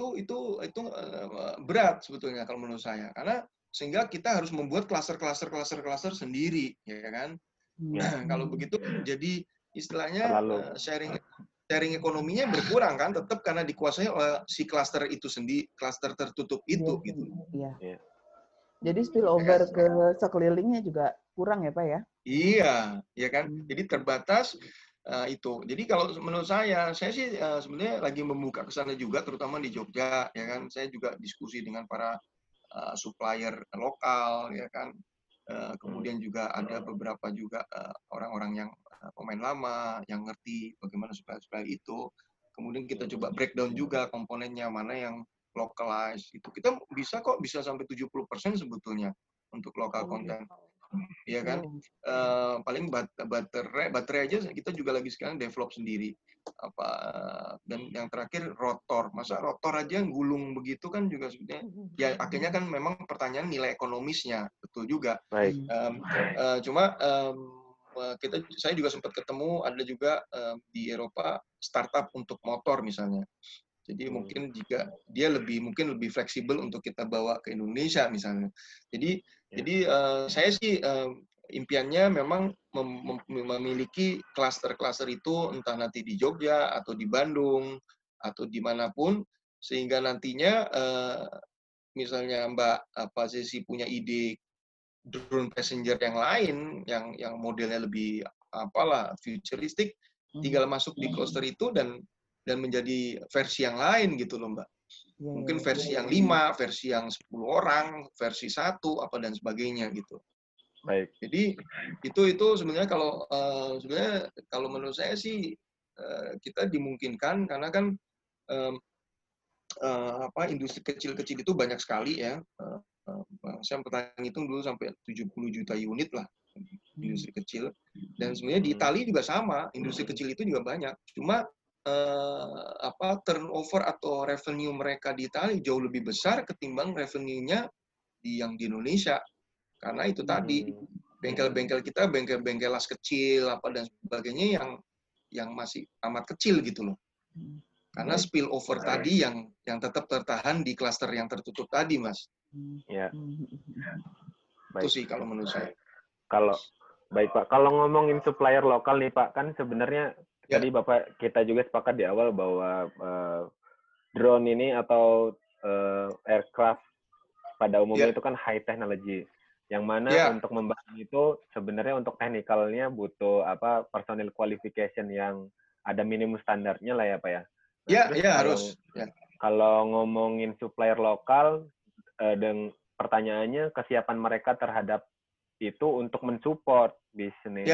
berat sebetulnya kalau menurut saya, karena sehingga kita harus membuat klaster sendiri, ya kan? Kalau begitu jadi istilahnya sharing ekonominya berkurang kan, tetap karena dikuasai oleh si klaster itu sendiri, klaster tertutup itu gitu. Iya. Jadi spillover ke sekelilingnya juga kurang ya Pak ya? Iya, ya kan. Jadi terbatas. Itu. Jadi kalau menurut saya sih sebenarnya lagi membuka ke sana juga, terutama di Jogja, ya kan. Saya juga diskusi dengan para supplier lokal, ya kan. Kemudian juga ada beberapa juga orang-orang yang pemain lama yang ngerti bagaimana supplier itu. Kemudian kita coba breakdown juga komponennya mana yang localized. Itu kita bisa sampai 70% sebetulnya untuk lokal konten. Ya kan, paling baterai aja kita juga lagi sekarang develop sendiri dan yang terakhir rotor. Masa rotor aja gulung begitu kan juga sebetulnya ya akhirnya kan memang pertanyaan nilai ekonomisnya, betul juga. Cuma saya juga sempat ketemu ada juga di Eropa startup untuk motor misalnya. Jadi mungkin jika dia lebih fleksibel untuk kita bawa ke Indonesia misalnya. Jadi saya sih impiannya memang memiliki klaster-klaster itu, entah nanti di Jogja atau di Bandung atau dimanapun, sehingga nantinya misalnya Mbak Sesi punya ide drone passenger yang lain, yang modelnya lebih futuristik, tinggal masuk di cluster itu dan menjadi versi yang lain gitu loh Mbak. Mungkin versi yang 5, versi yang 10 orang, versi 1 apa dan sebagainya gitu. Baik. Jadi itu sebenarnya kalau menurut saya sih kita dimungkinkan karena kan industri kecil-kecil itu banyak sekali ya. Saya pernah hitung dulu sampai 70 juta unit lah industri kecil. Dan sebenarnya di Italia juga sama, industri kecil itu juga banyak. Cuma turnover atau revenue mereka di Italia jauh lebih besar ketimbang revenue-nya yang di Indonesia. Karena itu tadi bengkel-bengkel kita, bengkel-bengkel las kecil apa dan sebagainya yang masih amat kecil gitu loh. Karena spillover tadi yang tetap tertahan di klaster yang tertutup tadi, Mas. Ya. Itu sih kalau menurut saya. Baik Pak, kalau ngomongin supplier lokal nih Pak, kan sebenarnya tadi Bapak kita juga sepakat di awal bahwa drone ini atau aircraft pada umumnya itu kan high technology, yang mana untuk membangun itu sebenarnya untuk technicalnya butuh personal qualification yang ada minimum standarnya lah ya Pak ya. Harus. Kalau ngomongin supplier lokal, dan pertanyaannya kesiapan mereka terhadap itu untuk mensupport bisnis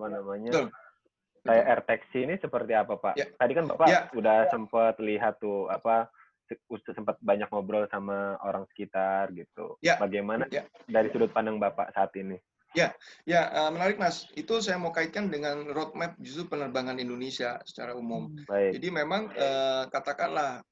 kayak air taxi ini seperti apa Pak? Tadi kan Bapak udah sempat lihat tuh sempat banyak ngobrol sama orang sekitar gitu. Bagaimana dari sudut pandang Bapak saat ini? Menarik Mas. Itu saya mau kaitkan dengan roadmap justru penerbangan Indonesia secara umum. Jadi memang katakanlah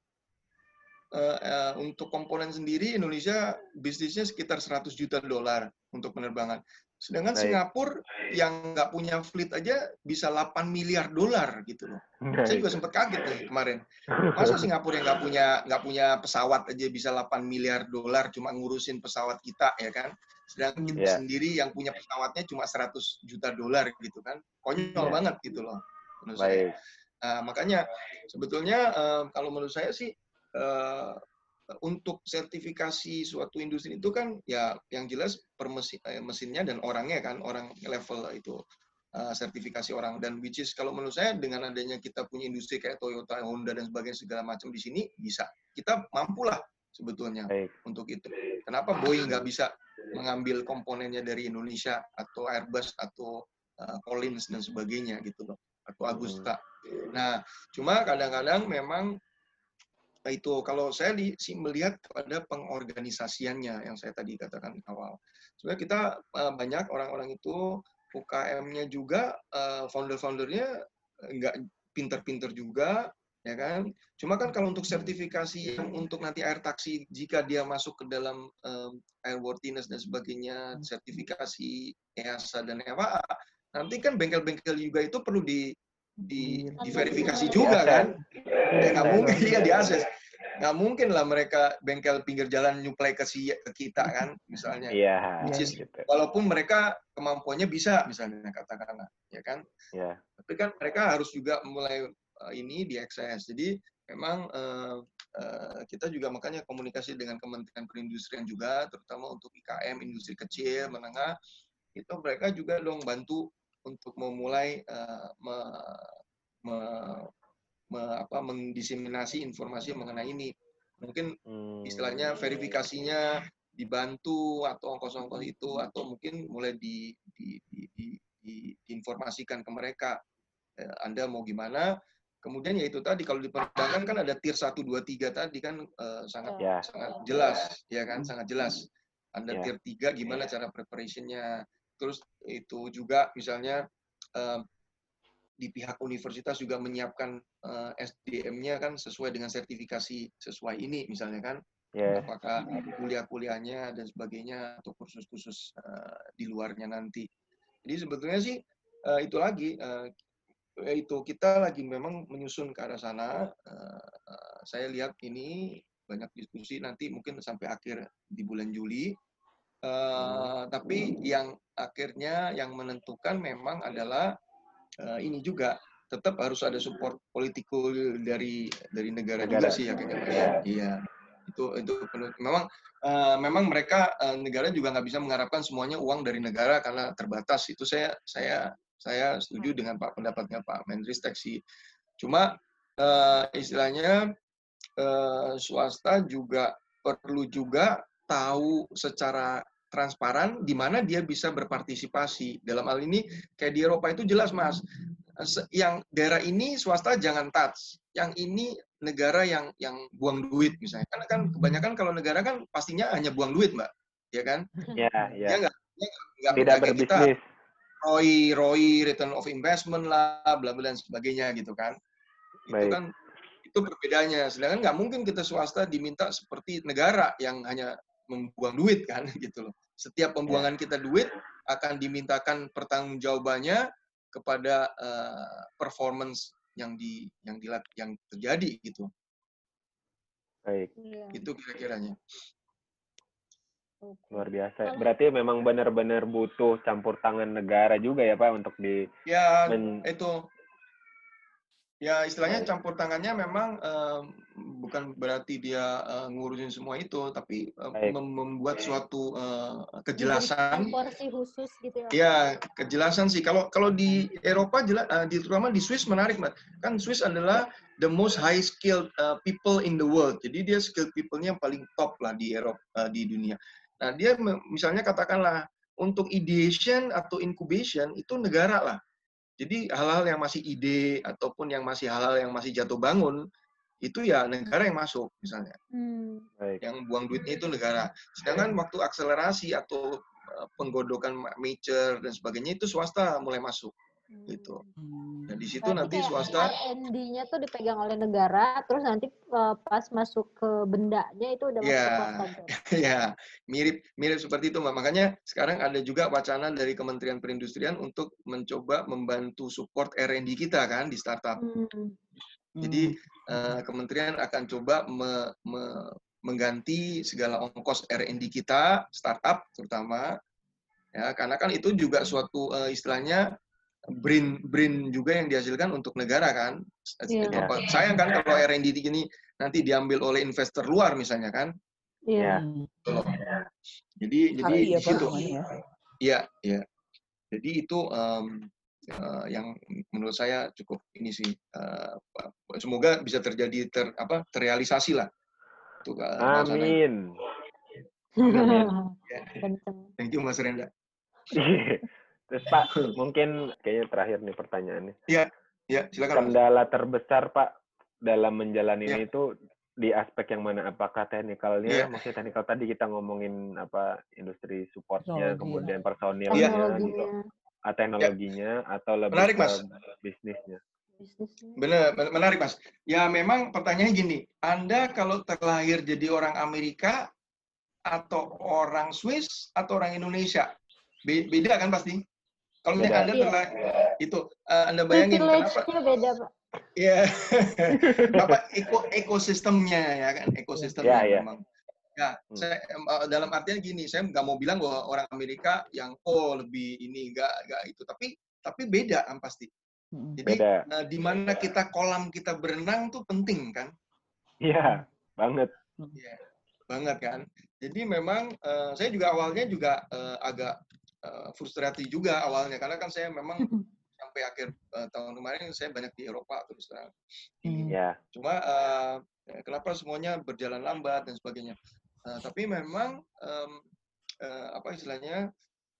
untuk komponen sendiri Indonesia bisnisnya sekitar $100 juta untuk penerbangan. Sedangkan Singapura yang nggak punya fleet aja bisa $8 miliar gitu loh. Saya juga sempat kaget nih kemarin. Masa Singapura yang nggak punya pesawat aja bisa $8 miliar cuma ngurusin pesawat kita ya kan? Sedangkan kita sendiri yang punya pesawatnya cuma $100 juta gitu kan? Konyol banget gitu loh menurut saya. Makanya sebetulnya kalau menurut saya sih untuk sertifikasi suatu industri itu kan ya yang jelas per mesinnya dan orangnya kan, orang level itu sertifikasi orang. Dan which is kalau menurut saya dengan adanya kita punya industri kayak Toyota, Honda dan sebagainya segala macam di sini bisa, kita mampulah sebetulnya untuk itu. Kenapa Boeing nggak bisa mengambil komponennya dari Indonesia atau Airbus atau Collins dan sebagainya gitu loh, atau Agusta. Nah, cuma kadang-kadang memang itu kalau saya melihat kepada pengorganisasiannya yang saya tadi katakan awal. Sebenarnya kita banyak orang-orang itu UKM-nya juga founder-foundernya nggak pinter-pinter juga, ya kan? Cuma kan kalau untuk sertifikasi yang untuk nanti air taksi jika dia masuk ke dalam airworthiness dan sebagainya, sertifikasi EASA dan FAA, nanti kan bengkel-bengkel juga itu perlu diverifikasi juga kan? Nggak mungkin di akses. Nggak mungkin lah mereka bengkel pinggir jalan nyuplai ke kita kan, misalnya. Walaupun mereka kemampuannya bisa, misalnya katakanlah, ya kan? Tapi kan mereka harus juga mulai ini diakses. Jadi memang kita juga makanya komunikasi dengan Kementerian Perindustrian juga, terutama untuk IKM, industri kecil, menengah, itu mereka juga dong bantu untuk memulai mendiseminasi informasi mengenai ini. Mungkin istilahnya verifikasinya dibantu atau ongkos-ongkos itu, atau mungkin mulai diinformasikan ke mereka. Anda mau gimana? Kemudian ya itu tadi, kalau di penerbangan kan ada tier 1, 2, 3 tadi kan sangat jelas, ya kan, sangat jelas. Ada tier 3 gimana cara preparation-nya. Terus itu juga misalnya di pihak universitas juga menyiapkan SDM-nya kan sesuai dengan sertifikasi sesuai ini misalnya kan, apakah kuliah-kuliahnya dan sebagainya atau kursus-kursus di luarnya nanti. Jadi sebetulnya sih itu lagi itu kita lagi memang menyusun ke arah sana. Saya lihat ini banyak diskusi nanti mungkin sampai akhir di bulan Juli Tapi yang akhirnya yang menentukan memang adalah ini juga tetap harus ada support political dari negara juga sih akhirnya. Iya, itu memang mereka negara juga nggak bisa mengharapkan semuanya uang dari negara karena terbatas. Itu saya setuju dengan pendapatnya Pak Menristek sih. Cuma istilahnya swasta juga perlu juga tahu secara transparan di mana dia bisa berpartisipasi. Dalam hal ini kayak di Eropa itu jelas Mas, yang daerah ini swasta jangan touch, yang ini negara yang buang duit misalnya. Karena kan kebanyakan kalau negara kan pastinya hanya buang duit Mbak, ya kan? Iya. Dia nggak tidak berbisnis. Kita, ROI, return of investment lah, bla bla dan sebagainya gitu kan. Itu kan itu perbedaannya. Sedangkan nggak mungkin kita swasta diminta seperti negara yang hanya membuang duit kan gitu loh. Setiap pembuangan kita duit akan dimintakan pertanggungjawabannya kepada performance yang terjadi gitu. Baik. Itu kira-kiranya. Luar biasa. Berarti memang benar-benar butuh campur tangan negara juga ya Pak untuk di. Itu. Ya istilahnya campur tangannya memang bukan berarti dia ngurusin semua itu, tapi membuat suatu kejelasan. Porsi khusus gitu ya. Ya kejelasan sih. Kalau di Eropa terutama di Swiss menarik Mbak. Kan Swiss adalah the most high skilled people in the world. Jadi dia skilled people-nya yang paling top lah di Eropa di dunia. Nah dia misalnya katakanlah untuk ideation atau incubation itu negara lah. Jadi hal-hal yang masih ide ataupun yang masih hal-hal yang masih jatuh bangun itu ya negara yang masuk misalnya. Yang buang duitnya itu negara. Sedangkan waktu akselerasi atau penggodokan major dan sebagainya itu swasta mulai masuk gitu. Dan di situ nanti swasta R&D-nya tuh dipegang oleh negara, terus nanti pas masuk ke bendanya itu udah masuk ke swasta. Ya, mirip seperti itu Mbak. Makanya sekarang ada juga wacana dari Kementerian Perindustrian untuk mencoba membantu support R&D kita kan di startup. Jadi kementerian akan coba mengganti segala ongkos R&D kita, startup terutama, ya karena kan itu juga suatu istilahnya brain juga yang dihasilkan untuk negara kan. Sayang kan kalau R&D ini nanti diambil oleh investor luar misalnya kan. Jadi di situ. Iya. Jadi itu yang menurut saya cukup ini sih. Semoga bisa terjadi terrealisasi lah. Amin. Thank you Mas Renda. Terus Pak, mungkin kayaknya terakhir nih pertanyaannya. Iya, silakan. Kendala terbesar Pak dalam menjalani itu di aspek yang mana? Apakah teknikalnya? Maksudnya teknikal tadi kita ngomongin industri supportnya, kemudian personilnya, gitu. Teknologinya atau lebih menarik, ke Mas. bisnisnya. Benar, menarik Mas. Ya memang pertanyaannya gini, Anda kalau terlahir jadi orang Amerika atau orang Swiss atau orang Indonesia, beda kan pasti? Kalau misalnya Anda terlahir, itu Anda bayangin kenapa? Beda Pak. Iya, apa ekosistemnya ya kan, ekosistemnya memang. Ya, saya dalam artian gini, saya nggak mau bilang bahwa orang Amerika yang lebih ini nggak itu, tapi beda kan pasti. Jadi di mana kolam kita berenang tuh penting kan? Iya, banget. Iya, banget kan. Jadi memang saya juga awalnya juga agak frustrasi juga awalnya karena kan saya memang sampai akhir tahun kemarin saya banyak di Eropa terus terang. Cuma kenapa semuanya berjalan lambat dan sebagainya. Tapi memang apa istilahnya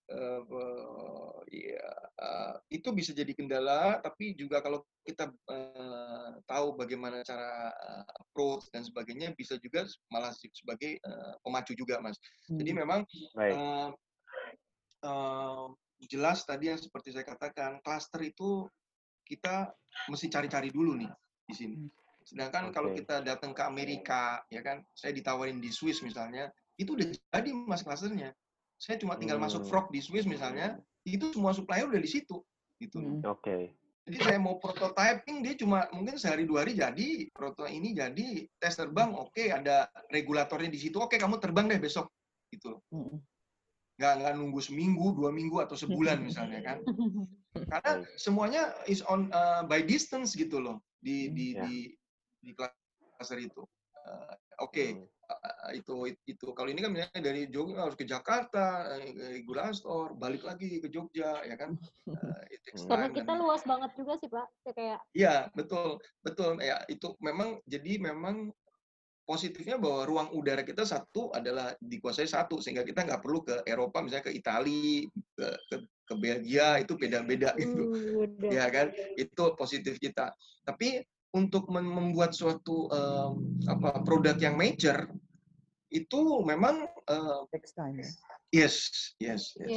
itu bisa jadi kendala, tapi juga kalau kita tahu bagaimana cara approach dan sebagainya bisa juga malah sebagai pemacu juga Mas. Jadi memang jelas tadi yang seperti saya katakan, klaster itu kita mesti cari-cari dulu nih di sini. Sedangkan kalau kita datang ke Amerika, ya kan, saya ditawarin di Swiss misalnya, itu udah jadi Mas klasternya. Saya cuma tinggal masuk Frog di Swiss misalnya, itu semua supplier udah di situ. Gitu. Jadi saya mau prototyping, dia cuma mungkin sehari 2 hari jadi, proto ini jadi, tes terbang, ada regulatornya di situ, kamu terbang deh besok. Gitu. nggak nunggu seminggu, 2 minggu atau sebulan misalnya kan. Karena semuanya is on by distance gitu loh di cluster itu. Itu kalau ini kan misalnya dari Jogja harus ke Jakarta, Gulastor, balik lagi ke Jogja, ya kan? Karena kita luas banget juga sih Pak, kayak. Iya betul ya itu memang positifnya bahwa ruang udara kita satu adalah dikuasai satu sehingga kita nggak perlu ke Eropa misalnya ke Italia, ke Belgia itu beda-beda gitu, ya kan? Itu positif kita. Tapi untuk membuat suatu produk yang major itu memang takes time. Yes. Ya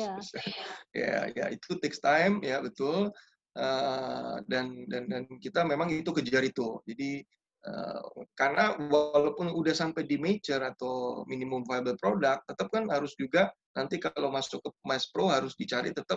itu takes time ya betul. Dan kita memang itu kejar itu. Jadi karena walaupun udah sampai di major atau minimum viable product, tetap kan harus juga nanti kalau masuk ke mass pro harus dicari tetap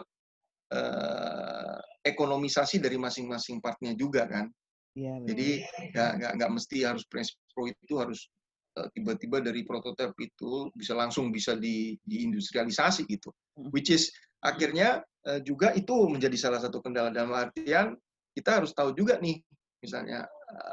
ekonomisasi dari masing-masing partnya juga kan. Ya, jadi nggak mesti harus mass pro itu harus tiba-tiba dari prototipe itu bisa diindustrialisasi gitu. Which is akhirnya juga itu menjadi salah satu kendala dalam artian kita harus tahu juga nih misalnya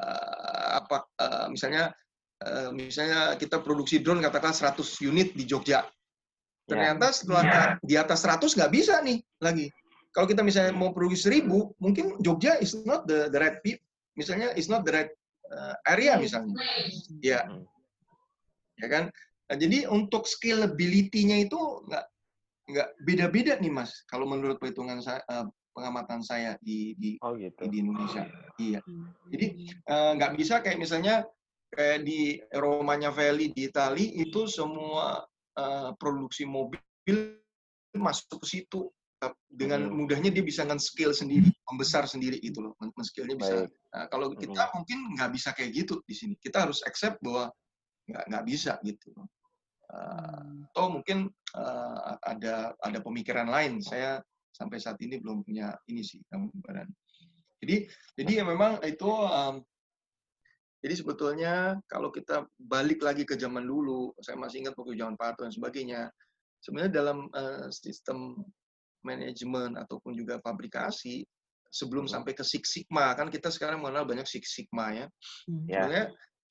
misalnya kita produksi drone katakan 100 unit di Jogja. Ternyata setelah di atas 100 nggak bisa nih lagi. Kalau kita misalnya mau produksi 1000, mungkin Jogja is not the right fit. Misalnya is not the right area misalnya. Ya kan. Nah, jadi untuk scalability-nya itu nggak beda-beda nih Mas. Kalau menurut perhitungan saya, pengamatan saya di Indonesia. Iya. Jadi nggak bisa kayak misalnya kayak di Romagna Valley di Italia itu semua produksi mobil masuk ke situ dengan mudahnya dia bisa nge-scale sendiri, membesar sendiri itu loh, men-scale-nya bisa. Nah, kalau kita mungkin nggak bisa kayak gitu di sini. Kita harus accept bahwa nggak bisa gitu. Atau mungkin ada pemikiran lain. Saya sampai saat ini belum punya ini sih gambaran. Jadi ya memang itu. Jadi sebetulnya kalau kita balik lagi ke zaman dulu, saya masih ingat waktu zaman Pak Harto dan sebagainya. Sebenarnya dalam sistem manajemen ataupun juga fabrikasi sebelum sampai ke Six Sigma, kan kita sekarang mengenal banyak Six Sigma ya. Sebenarnya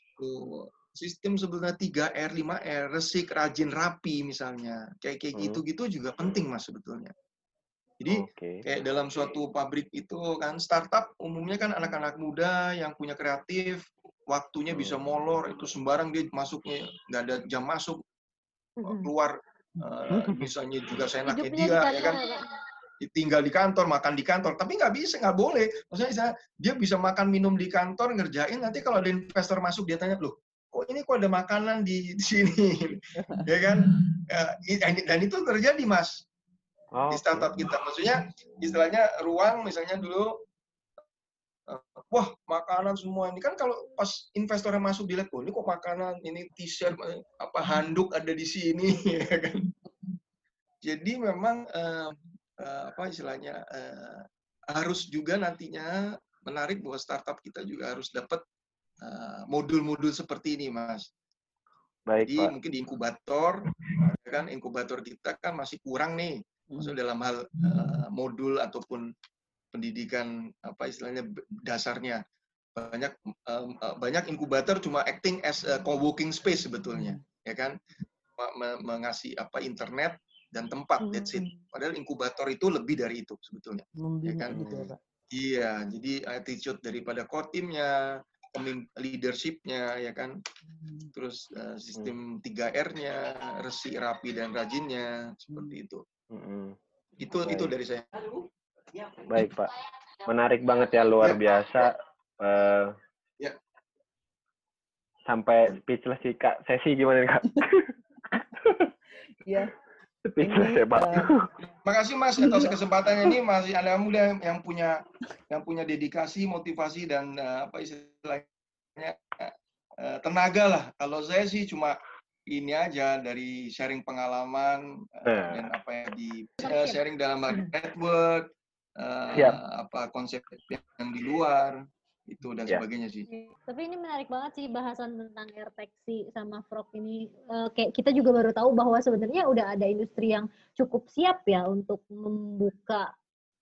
sistem sebenarnya 3R, 5R, resik, rajin, rapi misalnya. Kayak gitu-gitu juga penting Mas sebetulnya. Jadi kayak dalam suatu pabrik itu kan startup umumnya kan anak-anak muda yang punya kreatif, waktunya bisa molor, itu sembarang dia masuknya, nggak ada jam masuk, keluar misalnya juga seenaknya dia, ya kan, tinggal di kantor, makan di kantor, tapi nggak boleh. Maksudnya dia bisa makan minum di kantor, ngerjain, nanti kalau ada investor masuk dia tanya, loh, kok ada makanan di sini, ya kan? Dan itu terjadi Mas di startup kita. Maksudnya istilahnya ruang misalnya dulu, wah makanan semua ini kan kalau pas investornya masuk dilihat, oh ini kok makanan, ini t-shirt, handuk ada di sini, ya kan? Jadi memang istilahnya harus juga nantinya menarik bahwa startup kita juga harus dapat modul-modul seperti ini, Mas. Baik, jadi Pak. mungkin di inkubator, kan inkubator kita kan masih kurang nih, maksudnya dalam hal modul ataupun pendidikan istilahnya dasarnya. Banyak inkubator cuma acting as a co-working space sebetulnya, ya kan, mengasih internet dan tempat, that's it. Padahal inkubator itu lebih dari itu sebetulnya. Ya kan? Gitu ya, Pak. Iya, jadi attitude daripada core team-nya, leadership-nya, ya kan. Terus sistem 3R-nya, resik, rapi dan rajinnya, seperti itu. Itu dari saya. Baik, Pak. Menarik banget ya, luar biasa. Ya. Sampai speechless sih, Kak. Sesi gimana, Kak? Iya. Speechless ya, Pak. Makasih Mas atas kesempatannya ini. Masih ada muda yang punya dedikasi, motivasi dan istilahnya tenaga lah. Kalau saya sih cuma ini aja dari sharing pengalaman dan apa yang di sharing dalam network, konsep yang di luar. itu dan sebagainya sih. Tapi ini menarik banget sih bahasan tentang AirTaxi sama Frog ini. Kayak kita juga baru tahu bahwa sebenarnya udah ada industri yang cukup siap ya untuk membuka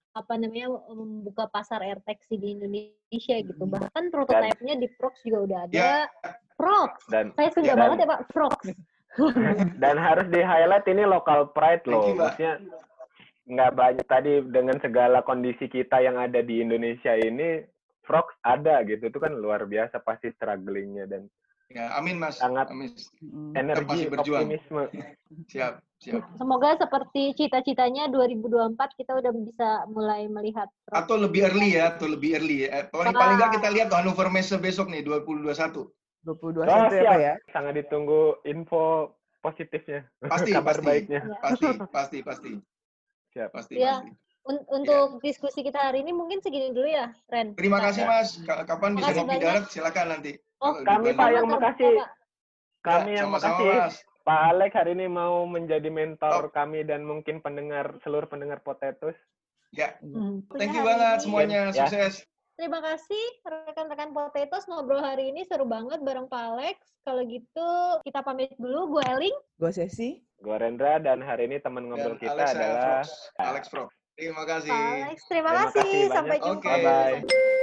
pasar AirTaxi di Indonesia gitu. Bahkan prototipe-nya di Frog juga udah ada. Frog. Saya suka banget ya Pak, Frog. Dan harus di-highlight ini local pride loh. Maksudnya nggak banyak tadi dengan segala kondisi kita yang ada di Indonesia ini, Frogs ada gitu. Itu kan luar biasa pasti strugglingnya dan amin Mas. Sangat amin. Energi, optimisme. Siap. Semoga seperti cita-citanya 2024 kita udah bisa mulai melihat Frogs. Atau lebih early ya. Paling nggak kita lihat Hannover Messe besok nih 2021. 2021 ya Pak ya? Sangat ditunggu info positifnya. Kabar baiknya. Pasti. Siap. Pasti. Untuk diskusi kita hari ini mungkin segini dulu ya, Ren. Terima kasih Mas. Kapan bisa ngopi darat silakan nanti. Kami Pak yang makasih. Kami yang sama-sama, makasih. Mas. Pak Alex hari ini mau menjadi mentor kami dan mungkin seluruh pendengar Potatoes. Ya. Thank you banget semuanya. Sukses. Terima kasih rekan-rekan Potatoes, ngobrol hari ini seru banget bareng Pak Alex. Kalau gitu kita pamit dulu. Gue Eling. Gue Sesi. Gue Rendra dan hari ini teman ngobrol kita adalah Alex Frog. Terima kasih. Alex, terima kasih. Sampai jumpa. Bye-bye.